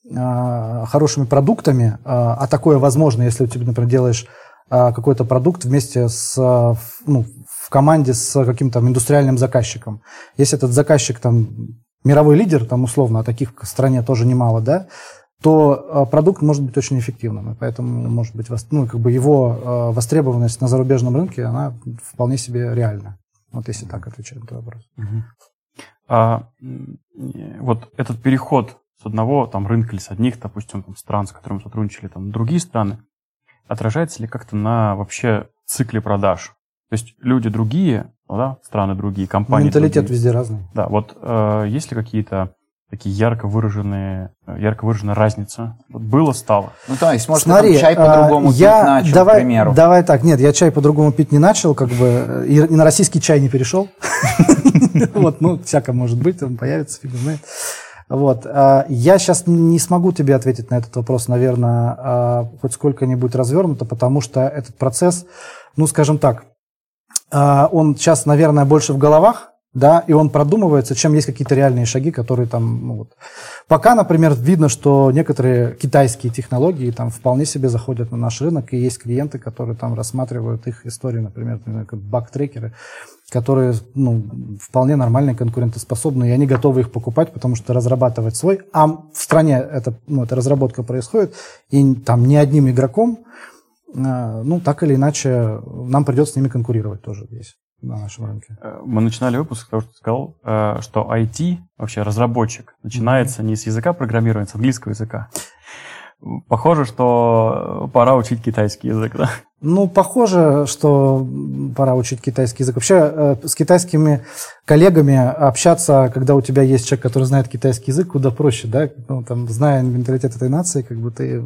э, хорошими продуктами, э, а такое возможно, если ты, например, делаешь какой-то продукт вместе с, ну, в команде с каким-то индустриальным заказчиком. Если этот заказчик там мировой лидер, там условно, а таких в стране тоже немало, да, то продукт может быть очень эффективным. И поэтому, может быть, ну, как бы его востребованность на зарубежном рынке, она вполне себе реальна. Вот если так отвечать на этот вопрос. Угу. А, вот этот переход с одного там, рынка или с одних, допустим, там, стран, с которыми сотрудничали там, другие страны, отражается ли как-то на вообще цикле продаж? То есть люди другие, да, страны другие, компании менталитет другие. Везде разный. Да, вот э, есть ли какие-то такие ярко выраженные, ярко выраженная разница? Вот было, стало. Ну, то есть, может, Смотри, ты там чай по-другому я, пить начал, давай, к примеру. Давай так, нет, я чай по-другому пить не начал, как бы, и, и на российский чай не перешел. Вот, ну, всяко может быть, он появится, фиг знает. Вот. Я сейчас не смогу тебе ответить на этот вопрос, наверное, хоть сколько-нибудь развернуто, потому что этот процесс, ну, скажем так, он сейчас, наверное, больше в головах, да, и он продумывается, чем есть какие-то реальные шаги, которые там, ну, вот. Пока, например, видно, что некоторые китайские технологии там вполне себе заходят на наш рынок, и есть клиенты, которые там рассматривают их истории, например, как баг-трекеры, которые, ну, вполне нормальные, конкурентоспособные, и они готовы их покупать, потому что разрабатывать свой, а в стране это, ну, эта разработка происходит, и там ни одним игроком, ну, так или иначе, нам придется с ними конкурировать тоже здесь, на нашем рынке. Мы начинали выпуск с того, что ты сказал, что ай ти, вообще разработчик, начинается не с языка программирования, а с английского языка. Похоже, что пора учить китайский язык, да? Ну, похоже, что пора учить китайский язык. Вообще, с китайскими коллегами общаться, когда у тебя есть человек, который знает китайский язык, куда проще, да? Ну, там, зная менталитет этой нации, как бы ты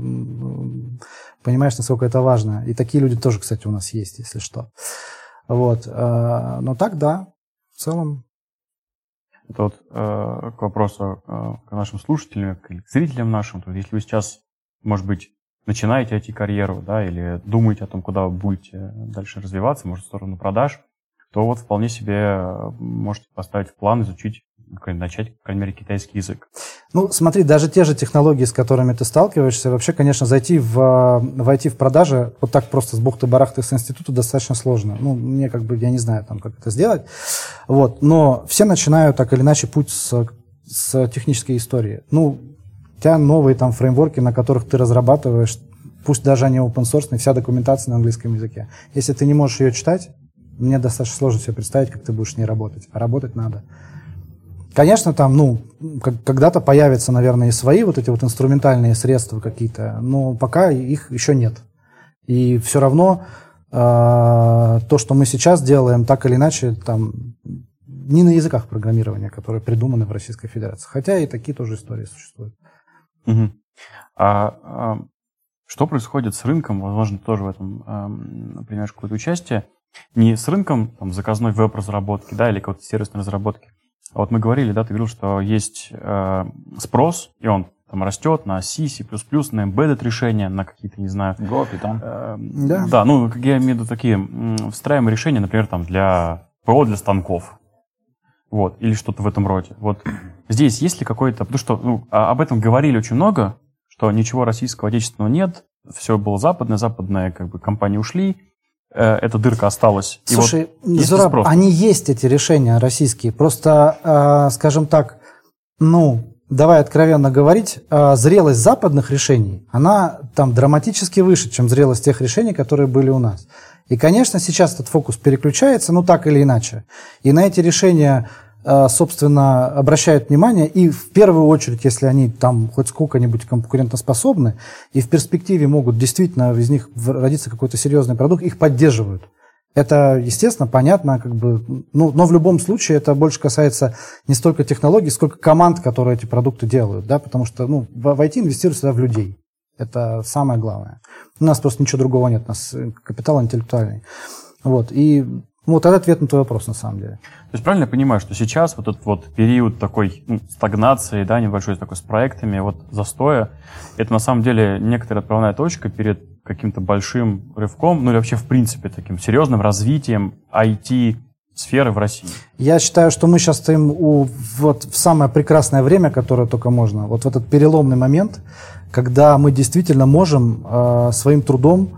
понимаешь, насколько это важно. И такие люди тоже, кстати, у нас есть, если что. Вот. Но так, да, в целом. Это вот э, к вопросу э, к нашим слушателям, к зрителям нашим. То есть, если вы сейчас, может быть, начинаете ай ти-карьеру, да, или думаете о том, куда вы будете дальше развиваться, может, в сторону продаж, то вот вполне себе можете поставить в план изучить, начать, по крайней мере, китайский язык. Ну, смотри, даже те же технологии, с которыми ты сталкиваешься, вообще, конечно, зайти в, в ай ти в продаже вот так просто с бухты-барахты с института достаточно сложно. Ну, мне как бы, я не знаю, там, как это сделать. Вот. Но все начинают так или иначе путь с, с технической истории. Ну, у тебя новые там фреймворки, на которых ты разрабатываешь, пусть даже они open-source, вся документация на английском языке. Если ты не можешь ее читать, мне достаточно сложно себе представить, как ты будешь с ней работать. А работать надо. Конечно, там, ну, как, когда-то появятся, наверное, и свои вот эти вот инструментальные средства какие-то, но пока их еще нет. И все равно э, то, что мы сейчас делаем, так или иначе, там, не на языках программирования, которые придуманы в Российской Федерации. Хотя и такие тоже истории существуют. Угу. А, а что происходит с рынком? Возможно, тоже в этом а, принимаешь какое-то участие. не с рынком там, заказной веб-разработки, да, или какой-то сервисной разработки. А вот мы говорили, да, ты говорил, что есть э, спрос, и он там растет на C, C++, на embedded решения, на какие-то, не знаю... Go, Python. Э, да. Да, ну, я имею в виду такие встраиваемые решения, например, там, для ПО для станков. Вот, или что-то в этом роде. Вот здесь есть ли какой-то... Потому что ну, об этом говорили очень много, что ничего российского, отечественного нет, все было западное, западные как бы, компании ушли, э, эта дырка осталась. Слушай, и вот Зураб, они есть, эти решения российские. Просто, э, скажем так, ну, давай откровенно говорить, э, зрелость западных решений, она там драматически выше, чем зрелость тех решений, которые были у нас. И, конечно, сейчас этот фокус переключается, ну, так или иначе. И на эти решения, собственно, обращают внимание. И в первую очередь, если они там хоть сколько-нибудь конкурентоспособны, и в перспективе могут действительно из них родиться какой-то серьезный продукт, их поддерживают. Это, естественно, понятно, как бы, ну, но в любом случае это больше касается не столько технологий, сколько команд, которые эти продукты делают, да, потому что, ну, в ай ти инвестируют всегда в людей. Это самое главное. У нас просто ничего другого нет, у нас капитал интеллектуальный. Вот, и вот это ответ на твой вопрос, на самом деле. То есть правильно я понимаю, что сейчас вот этот вот период такой ну, стагнации, да, небольшой такой с проектами, вот застоя, это на самом деле некоторая отправная точка перед каким-то большим рывком, ну или вообще в принципе таким серьезным развитием ай ти-сферы в России? Я считаю, что мы сейчас стоим у, вот, в самое прекрасное время, которое только можно, вот в этот переломный момент, когда мы действительно можем э, своим трудом,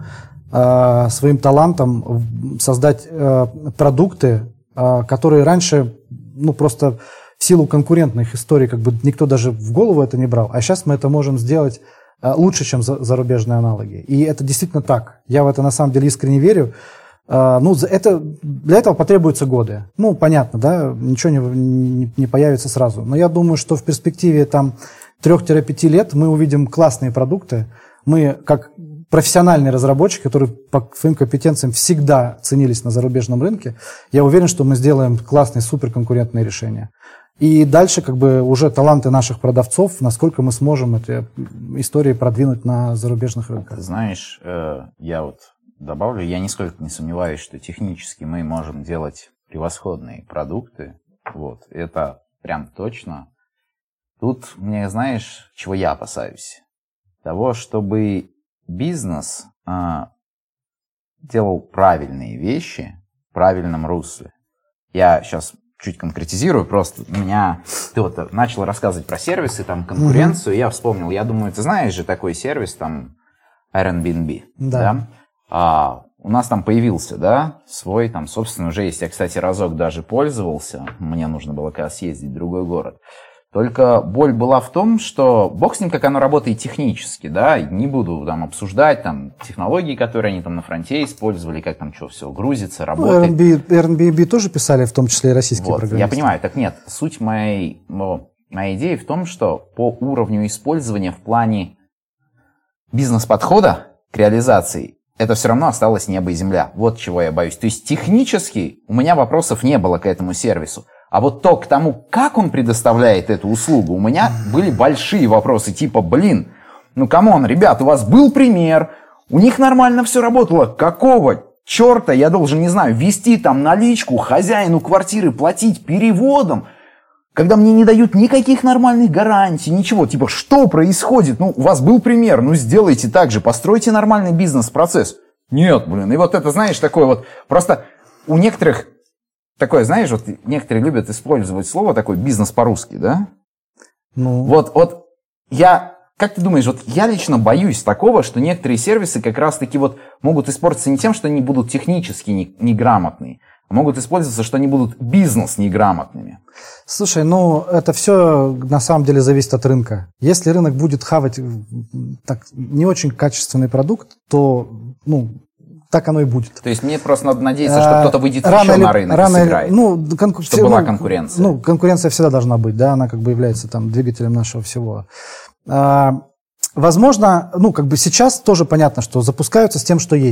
э, своим талантом создать э, продукты, э, которые раньше, ну, просто в силу конкурентных историй, как бы никто даже в голову это не брал, а сейчас мы это можем сделать э, лучше, чем за, зарубежные аналоги. И это действительно так. Я в это на самом деле искренне верю. Э, ну, это, для этого потребуются годы. Ну, понятно, да, ничего не, не, не появится сразу. Но я думаю, что в перспективе там трех-пяти лет мы увидим классные продукты. Мы, как профессиональный разработчик, который по своим компетенциям всегда ценились на зарубежном рынке, я уверен, что мы сделаем классные, суперконкурентные решения. И дальше как бы уже таланты наших продавцов, насколько мы сможем эти истории продвинуть на зарубежных рынках. Знаешь, я вот добавлю, я нисколько не сомневаюсь, что технически мы можем делать превосходные продукты. Вот, это прям точно. Тут мне, знаешь, чего я опасаюсь? Того, чтобы бизнес а, делал правильные вещи в правильном русле. Я сейчас чуть конкретизирую, просто меня... Ты вот начал рассказывать про сервисы, там, конкуренцию, mm-hmm. я вспомнил, я думаю, ты знаешь же такой сервис, там, Airbnb, да? да? А, у нас там появился, да, свой, там, собственно, уже есть. Я, кстати, разок даже пользовался, мне нужно было, когда съездить в другой город. Только боль была в том, что бог с ним, как оно работает технически, да, не буду там обсуждать там технологии, которые они там на фронте использовали, как там что все грузится, работает. Ну, Airbnb тоже писали, в том числе и российские вот, программисты. Я понимаю, так нет, суть моей, моей идеи в том, что по уровню использования в плане бизнес-подхода к реализации это все равно осталось небо и земля. Вот чего я боюсь. То есть технически у меня вопросов не было к этому сервису. А вот то к тому, как он предоставляет эту услугу, у меня были большие вопросы, типа, блин, ну камон, ребят, у вас был пример, у них нормально все работало, какого черта я должен, не знаю, ввести там наличку, хозяину квартиры платить переводом, когда мне не дают никаких нормальных гарантий, ничего, типа, что происходит? Ну, у вас был пример, ну сделайте так же, постройте нормальный бизнес-процесс. Нет, блин, и вот это, знаешь, такое вот, просто у некоторых... Такое, знаешь, вот некоторые любят использовать слово такое бизнес по-русски, да? Ну. Вот, вот я, как ты думаешь, вот я лично боюсь такого, что некоторые сервисы как раз-таки вот могут испортиться не тем, что они будут технически не, неграмотные, а могут использоваться, что они будут бизнес неграмотными. Слушай, ну это все на самом деле зависит от рынка. Если рынок будет хавать так, не очень качественный продукт, то, ну, так оно и будет. То есть мне просто надо надеяться, что кто-то выйдет рано еще или, на рынок рано и сыграет. Ну, конку... Чтобы была ну, конкуренция. Ну, конкуренция всегда должна быть, да, она как бы является там двигателем нашего всего. А, возможно, ну, как бы сейчас тоже понятно, что запускаются с тем, что есть.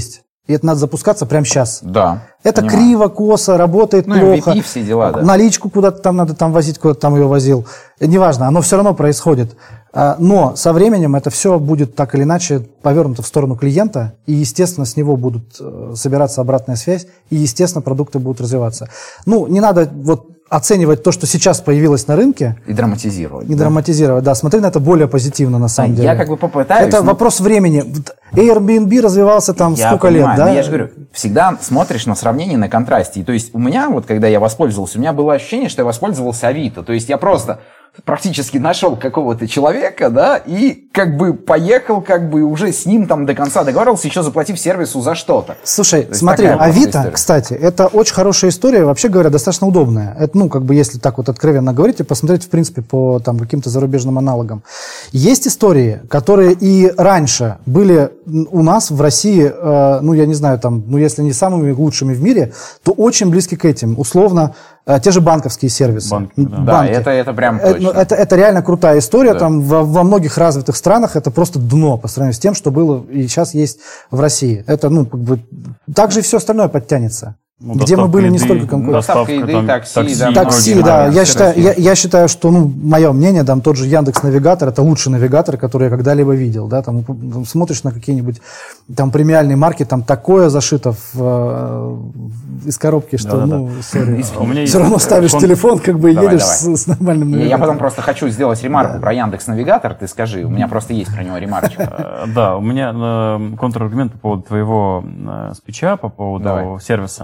и это надо запускаться прямо сейчас. Да. Это понимаю. криво, косо, работает Ну, плохо. эм ви пи, все дела, да. Наличку куда-то там надо там возить, куда-то там ее возил. Неважно, оно все равно происходит. А, Но со временем это все будет так или иначе повернуто в сторону клиента, и, естественно, с него будут э, собираться обратная связь, и, естественно, продукты будут развиваться. Ну, не надо вот оценивать то, что сейчас появилось на рынке, И драматизировать. и да. драматизировать. Да, смотри на это более позитивно, на самом А деле. я как бы попытаюсь, Это но- вопрос времени. Вот Airbnb развивался там Я сколько понимаю, лет, да? но я же говорю, всегда смотришь на сравнение, на контрасте. И то есть у меня, вот когда я воспользовался, у меня было ощущение, что я воспользовался Авито. То есть я просто практически нашел какого-то человека, да, и как бы поехал, как бы уже с ним там до конца договорился, еще заплатив сервису за что-то. Слушай, есть смотри, такая просто Авито, история. кстати, это очень хорошая история, вообще говоря, достаточно удобная. Это, ну, как бы, если так вот откровенно говорить и посмотреть, в принципе, по там каким-то зарубежным аналогам. Есть истории, которые и раньше были у нас в России, э, ну, я не знаю, там, ну, если не самыми лучшими в мире, то очень близки к этим. Условно, э, те же банковские сервисы. Банки, да. Да, Банки. это, это прям Это, точно. ну, это, это реально крутая история. Да. Там во, во многих развитых странах это просто дно по сравнению с тем, что было и сейчас есть в России. Это, ну, как бы, также и все остальное подтянется. Ну, где мы доставка были не еды, столько конкуренты. Доставка еды, там, такси, такси, да, Такси, многие да. моменты Я считаю, я, развития. я считаю, что, ну, мое мнение, там тот же Яндекс.Навигатор это лучший навигатор, который я когда-либо видел. Да? Там, там смотришь на какие-нибудь там премиальные марки, там такое зашито в, э, из коробки, что, Да-да-да. ну, сори. У меня есть Все равно ставишь кон- телефон, как бы и Давай, едешь давай. с, с нормальным Я, я навигатором. потом просто хочу сделать ремарку про Яндекс.Навигатор, ты скажи, у меня просто есть про него ремарочка. Э, Да, у меня э, контраргумент по поводу твоего э, спича, по поводу Давай. сервиса.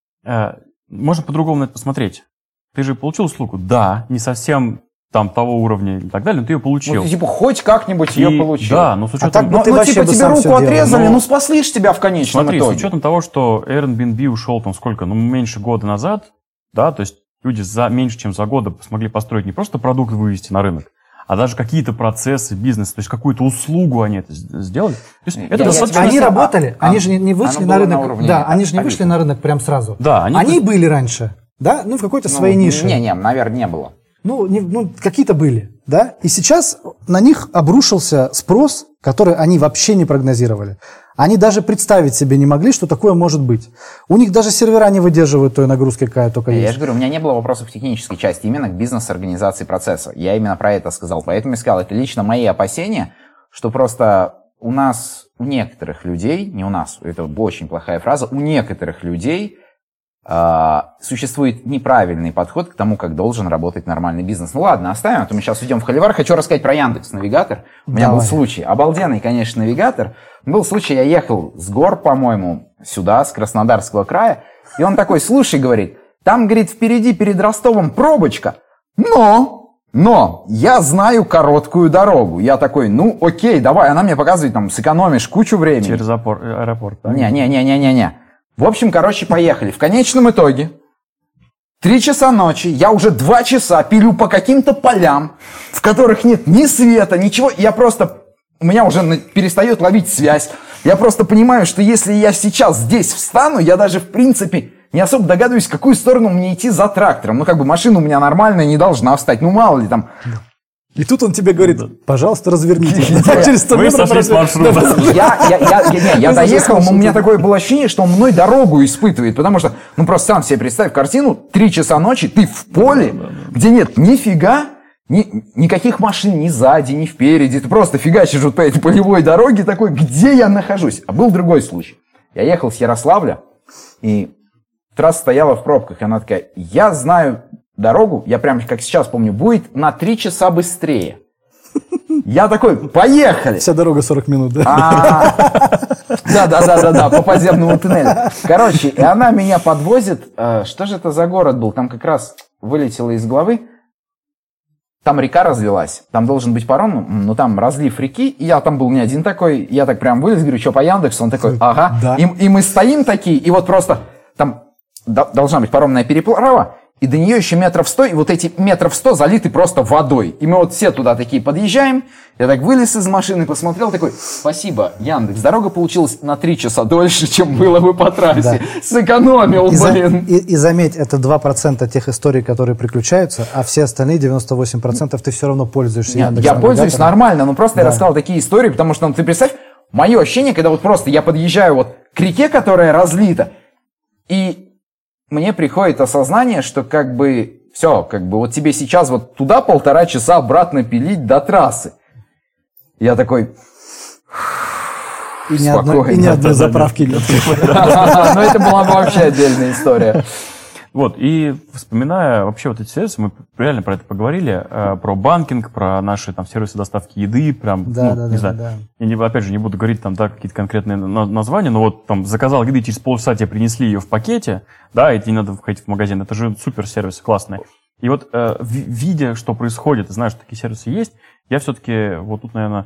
Э, Можно по-другому на это посмотреть. Ты же получил услугу? Да, не совсем там того уровня и так далее, но ты ее получил. Ну, ты, типа, хоть как-нибудь И- ее получил. Да, но с учетом... так бы Ну, ты ну, вообще типа, бы тебе сам руку всё делал. отрезали, Но- ну, спасли ж тебя в конечном Смотри, итоге. с учетом того, что Airbnb ушел там сколько, ну, меньше года назад, да, то есть люди за меньше, чем за года смогли построить не просто продукт вывести на рынок, а даже какие-то процессы бизнеса, то есть какую-то услугу они это с- сделали. То есть Я- это я достаточно... тебе Они А, работали, а, они же не, не вышли оно на было рынок. на уровне Да, они же не Авито. вышли на рынок прям сразу. Да, они... Они были раньше, да, ну в какой-то своей нише. Не-не, наверное, не было. Ну, не- ну, какие-то были, да. И сейчас на них обрушился спрос, который они вообще не прогнозировали. Они даже представить себе не могли, что такое может быть. У них даже сервера не выдерживают той нагрузки, какая только Я есть. же говорю, у меня не было вопросов в технической части, именно к бизнес-организации процесса. Я именно про это сказал. Поэтому я сказал, это лично мои опасения, что просто у нас, у некоторых людей, не у нас, это очень плохая фраза, у некоторых людей э, существует неправильный подход к тому, как должен работать нормальный бизнес. Ну ладно, оставим, а то мы сейчас уйдем в холивар. Хочу рассказать про Яндекс.Навигатор. У меня Давай. был случай, обалденный, конечно, навигатор. Был случай, я ехал с гор, по-моему, сюда, с Краснодарского края, и он такой, слушай, говорит, там, говорит, впереди перед Ростовом пробочка, но, но, я знаю короткую дорогу. Я такой, ну, окей, давай, она мне показывает, там, сэкономишь кучу времени. Через опор- аэропорт. да? Не-не-не-не-не-не. В общем, короче, поехали. В конечном итоге, три часа ночи, я уже два часа пилю по каким-то полям, в которых нет ни света, ничего. Я просто, у меня уже на- перестает ловить связь. Я просто понимаю, что если я сейчас здесь встану, я даже, в принципе, не особо догадываюсь, в какую сторону мне идти за трактором. Ну, как бы машина у меня нормальная, не должна встать. Ну, мало ли там. И тут он тебе говорит, пожалуйста, развернитесь. Через сто Вы метров сошли с разве- маршрута. Я, я, я, я, не, я Вы доехал, слышите, но у меня что- такое было ощущение, что он мной дорогу испытывает, потому что, ну просто сам себе представь картину, три часа ночи, ты в поле, где нет нифига, ни, никаких машин ни сзади, ни впереди, ты просто фигачишь вот по этой полевой дороге, такой, где я нахожусь? А был другой случай. Я ехал с Ярославля, и трасса стояла в пробках, и она такая, я знаю дорогу, я прямо как сейчас помню, будет на три часа быстрее. Я такой, поехали! Вся дорога сорок минут, да? Да, да, да, да, да, по подземному туннелю. Короче, и она меня подвозит. э, Что же это за город был? Там как раз вылетело из головы. Там река развелась. Там должен быть паром, ну, ну там разлив реки. И я там был не один такой. Я так прям вылез, говорю, что по Яндексу? Он такой, ага. Да. И, и мы стоим такие, и вот просто там до- должна быть паромная переправа. И до нее еще метров сто, и вот эти метров сто залиты просто водой. И мы вот все туда такие подъезжаем. Я так вылез из машины, посмотрел, такой, спасибо, Яндекс, дорога получилась на три часа дольше, чем было бы по трассе. Сэкономил, И, за- блин. и- и заметь, это два процента тех историй, которые приключаются, а все остальные девяносто восемь процентов ты все равно пользуешься Нет, Яндекс я пользуюсь навигатором. нормально, но просто я Да. рассказал такие истории, потому что, ну, ты представь, мое ощущение, когда вот просто я подъезжаю вот к реке, которая разлита. И мне приходит осознание, что как бы все, как бы вот тебе сейчас вот туда полтора часа обратно пилить до трассы. Я такой... И ни одной, и ни одной заправки нет. Ну, это была бы вообще отдельная история. Вот, и вспоминая вообще вот эти сервисы, мы реально про это поговорили, э, про банкинг, про наши там сервисы доставки еды, прям, да, ну, да, не да, знаю, да. я не, опять же не буду говорить там, да, какие-то конкретные на- названия, но вот там заказал еды, через полчаса тебе принесли ее в пакете, да, и тебе не надо входить в магазин, это же супер сервисы классные. И вот э, в- видя, что происходит, и зная, что такие сервисы есть, я все-таки вот тут, наверное,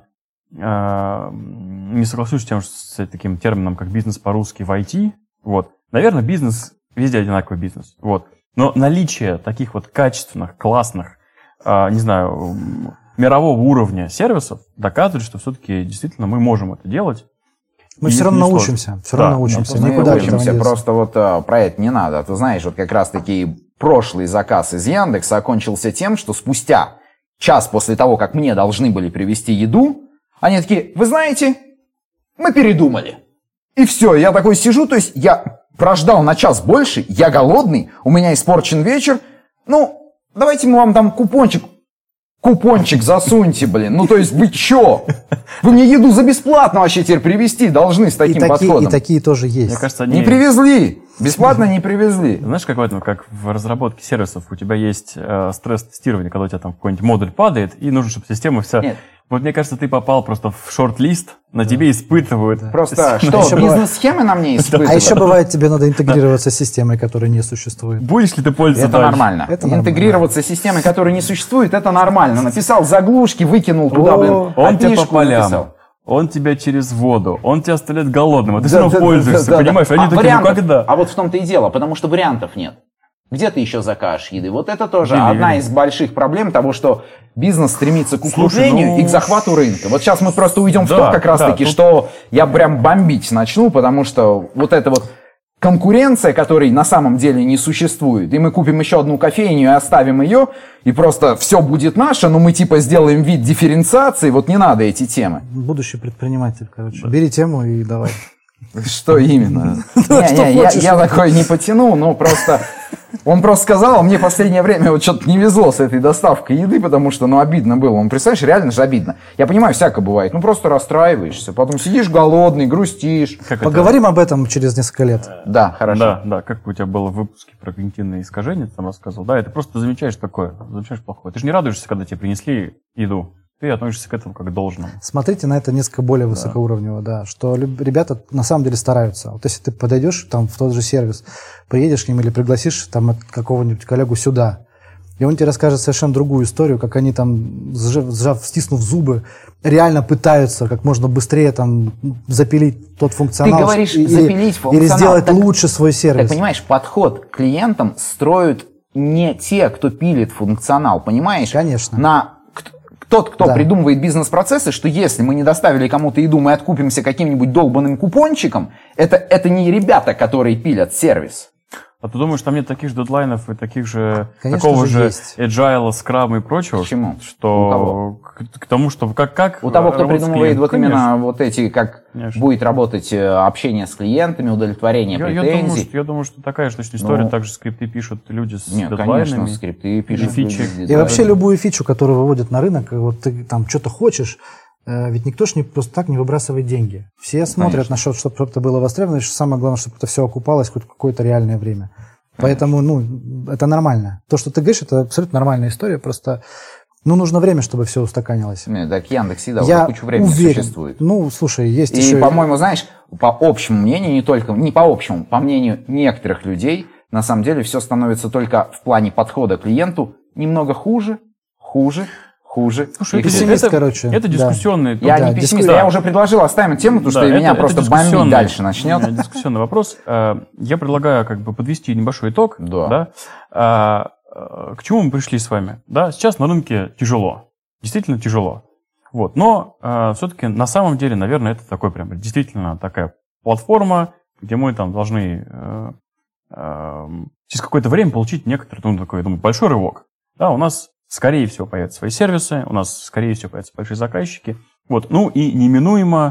э, не соглашусь с тем, что с таким термином, как бизнес по-русски в ай ти, вот. Наверное, бизнес везде одинаковый бизнес. Вот. Но наличие таких вот качественных, классных, э, не знаю, мирового уровня сервисов доказывает, что все-таки действительно мы можем это делать. Мы И все это равно не сложно. научимся. Все Да, равно научимся. Мы Никуда от этого не учимся, деться. просто вот а, про это не надо. Ты знаешь, вот как раз-таки прошлый заказ из Яндекса окончился тем, что спустя час после того, как мне должны были привезти еду, они такие, вы знаете, мы передумали. И все, я такой сижу, то есть я прождал на час больше, я голодный, у меня испорчен вечер. Ну, давайте мы вам там купончик, купончик засуньте, блин. Ну, то есть вы чё? Вы мне еду за бесплатно вообще теперь привезти должны с И таким такие, подходом. и такие тоже есть. Мне кажется, они... Не привезли. Бесплатно не привезли. Знаешь, как в этом, как в разработке сервисов, у тебя есть э, стресс-тестирование, когда у тебя там какой-нибудь модуль падает, и нужно, чтобы система вся... Нет. Вот мне кажется, ты попал просто в шорт-лист, на тебе испытывают. Просто Система. что, еще бизнес-схемы на мне испытывают? А еще бывает, тебе надо интегрироваться с системой, которая не существует. Будешь ли ты пользоваться Это дальше? нормально. Это нормально. Интегрироваться с системой, которая не существует, это нормально. Написал заглушки, выкинул туда, О, блин, Он тебя опишку по полям, написал. он тебя через воду, он тебя оставляет голодным, а ты Да, все равно да, да, пользуешься, да, да. понимаешь? Они А такие, ну вариантов- когда? А вот в том-то и дело, потому что вариантов нет. Где ты еще закажешь еды? Вот это тоже Вели, одна вели. из больших проблем того, что бизнес стремится к Слушай, укрупнению ну, и к захвату рынка. Вот сейчас мы просто уйдем в Да, то как раз-таки, да, тут- что я прям бомбить начну, потому что вот это вот конкуренция, которой на самом деле не существует, и мы купим еще одну кофейню и оставим ее, и просто все будет наше, но мы типа сделаем вид дифференциации, вот не надо эти темы. Будущий предприниматель, короче. Бери тему и давай. Что именно? что Не-не, я, хочешь. я такой не потяну, но просто... Он просто сказал, а мне в последнее время вот что-то не везло с этой доставкой еды, потому что, ну, обидно было. Он, представляешь, реально же обидно. Я понимаю, всякое бывает. Ну, просто расстраиваешься, потом сидишь голодный, грустишь. Как это? Поговорим об этом через несколько лет. Да, хорошо. Да, да, как у тебя было в выпуске про когнитивные искажения, ты там рассказывал. Да, это просто замечаешь такое, замечаешь плохое. Ты же не радуешься, когда тебе принесли еду. Ты относишься к этому как к должному. Смотрите на это несколько более высокоуровнево, да, что люб- ребята на самом деле стараются. Вот если ты подойдешь там в тот же сервис, приедешь к ним или пригласишь там от какого-нибудь коллегу сюда, и он тебе расскажет совершенно другую историю, как они там, сжав, сжав, стиснув зубы, реально пытаются как можно быстрее там запилить тот функционал. Ты говоришь, или, запилить функционал. Или сделать Так- лучше свой сервис. Так, понимаешь, подход к клиентам строят не те, кто пилит функционал, понимаешь? Конечно. На к- тот, кто Да. придумывает бизнес-процессы, что если мы не доставили кому-то еду, мы откупимся каким-нибудь долбанным купончиком, это, это не ребята, которые пилят сервис. А ты думаешь, там нет таких же дедлайнов и таких же, Конечно такого же же есть. agile, скрама и прочего? К чему? Что к, к тому, что как, как У того, кто работать с придумывает клиентом? вот Конечно. именно вот эти, как Конечно. будет работать э, общение с клиентами, удовлетворение Я, я, думаю, претензий. что, я думаю, что такая же точно история, Ну, также скрипты пишут люди с Нет, дедлайнами. конечно, скрипты пишут. и фичи. люди, И да. вообще любую фичу, которую выводят на рынок, вот ты там что-то хочешь, э, ведь никто ж не просто так не выбрасывает деньги. Все смотрят на что, чтобы это было востребовано, и что самое главное, чтобы это все окупалось хоть какое-то реальное время. Поэтому, ну, это нормально. То, что ты говоришь, это абсолютно нормальная история, просто, ну, нужно время, чтобы все устаканилось. Нет, так Яндекс всегда Я уже кучу времени уверен. существует. Ну, слушай, есть И, еще... по-моему, знаешь, по общему мнению, не только, не по общему, по мнению некоторых людей, на самом деле все становится только в плане подхода к клиенту немного хуже, хуже, хуже. Слушай, и это, хуже. пессимист, это, короче, это да. дискуссионный... Я да, не пессимист, дискуссия. я уже предложил оставим тему, потому что Да, меня это- просто это бомбить дискуссионный- дальше начнет. э, Дискуссионный вопрос. Э, Я предлагаю как бы подвести небольшой итог. Да. Да? Э, э, К чему мы пришли с вами? Да, сейчас на рынке тяжело. Действительно тяжело. Вот. Но э, все-таки на самом деле, наверное, это такой прям действительно такая платформа, где мы там должны э, э, через какое-то время получить некоторый, ну, такой, я думаю, большой рывок. Да, у нас, скорее всего, появятся свои сервисы, у нас, скорее всего, появятся большие заказчики. Вот. Ну и неминуемо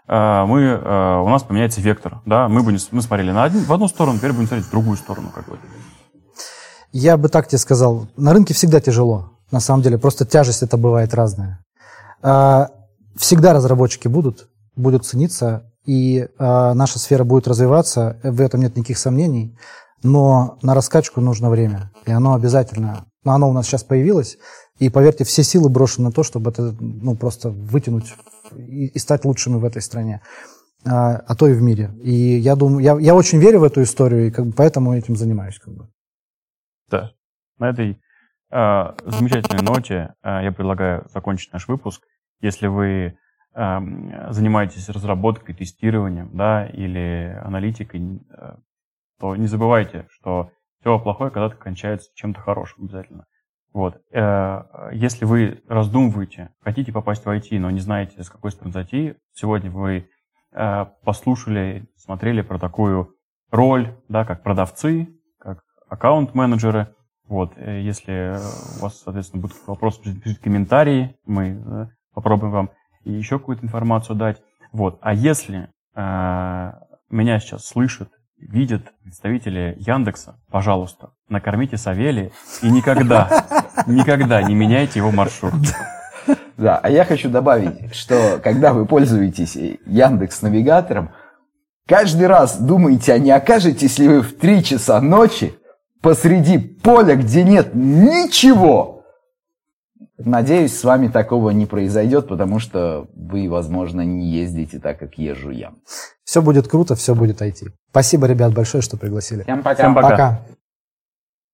мы, у нас поменяется вектор. Да? Мы, будем, мы смотрели на один, в одну сторону, теперь будем смотреть в другую сторону. Как бы. Я бы так тебе сказал. На рынке всегда тяжело. На самом деле. Просто тяжесть это бывает разная. Всегда разработчики будут, будут цениться, и наша сфера будет развиваться. В этом нет никаких сомнений. Но на раскачку нужно время. И оно обязательно... Но оно у нас сейчас появилось. И, поверьте, все силы брошены на то, чтобы это ну, просто вытянуть и, и стать лучшими в этой стране. А, а то и в мире. И я думаю... Я, я очень верю в эту историю, и как бы поэтому этим занимаюсь. Как бы. Да. На этой э, замечательной ноте э, я предлагаю закончить наш выпуск. Если вы э, занимаетесь разработкой, тестированием, да, или аналитикой, э, то не забывайте, что все плохое когда-то кончается чем-то хорошим обязательно. Вот. Если вы раздумываете, хотите попасть в ай ти, но не знаете, с какой стороны зайти, сегодня вы послушали, смотрели про такую роль, да, как продавцы, как аккаунт-менеджеры. Вот. Если у вас, соответственно, будут вопросы, пишите комментарии, мы попробуем вам еще какую-то информацию дать. Вот. А если меня сейчас слышат, видят представители Яндекса, пожалуйста, накормите Савелия и никогда, никогда не меняйте его маршрут. Да, а я хочу добавить, что когда вы пользуетесь Яндекс.Навигатором, каждый раз думаете, а не окажетесь ли вы в три часа ночи посреди поля, где нет ничего. Надеюсь, с вами такого не произойдет, потому что вы, возможно, не ездите так, как езжу я. Все будет круто, все будет ай ти. Спасибо, ребят, большое, что пригласили. Всем пока. Всем пока. Пока.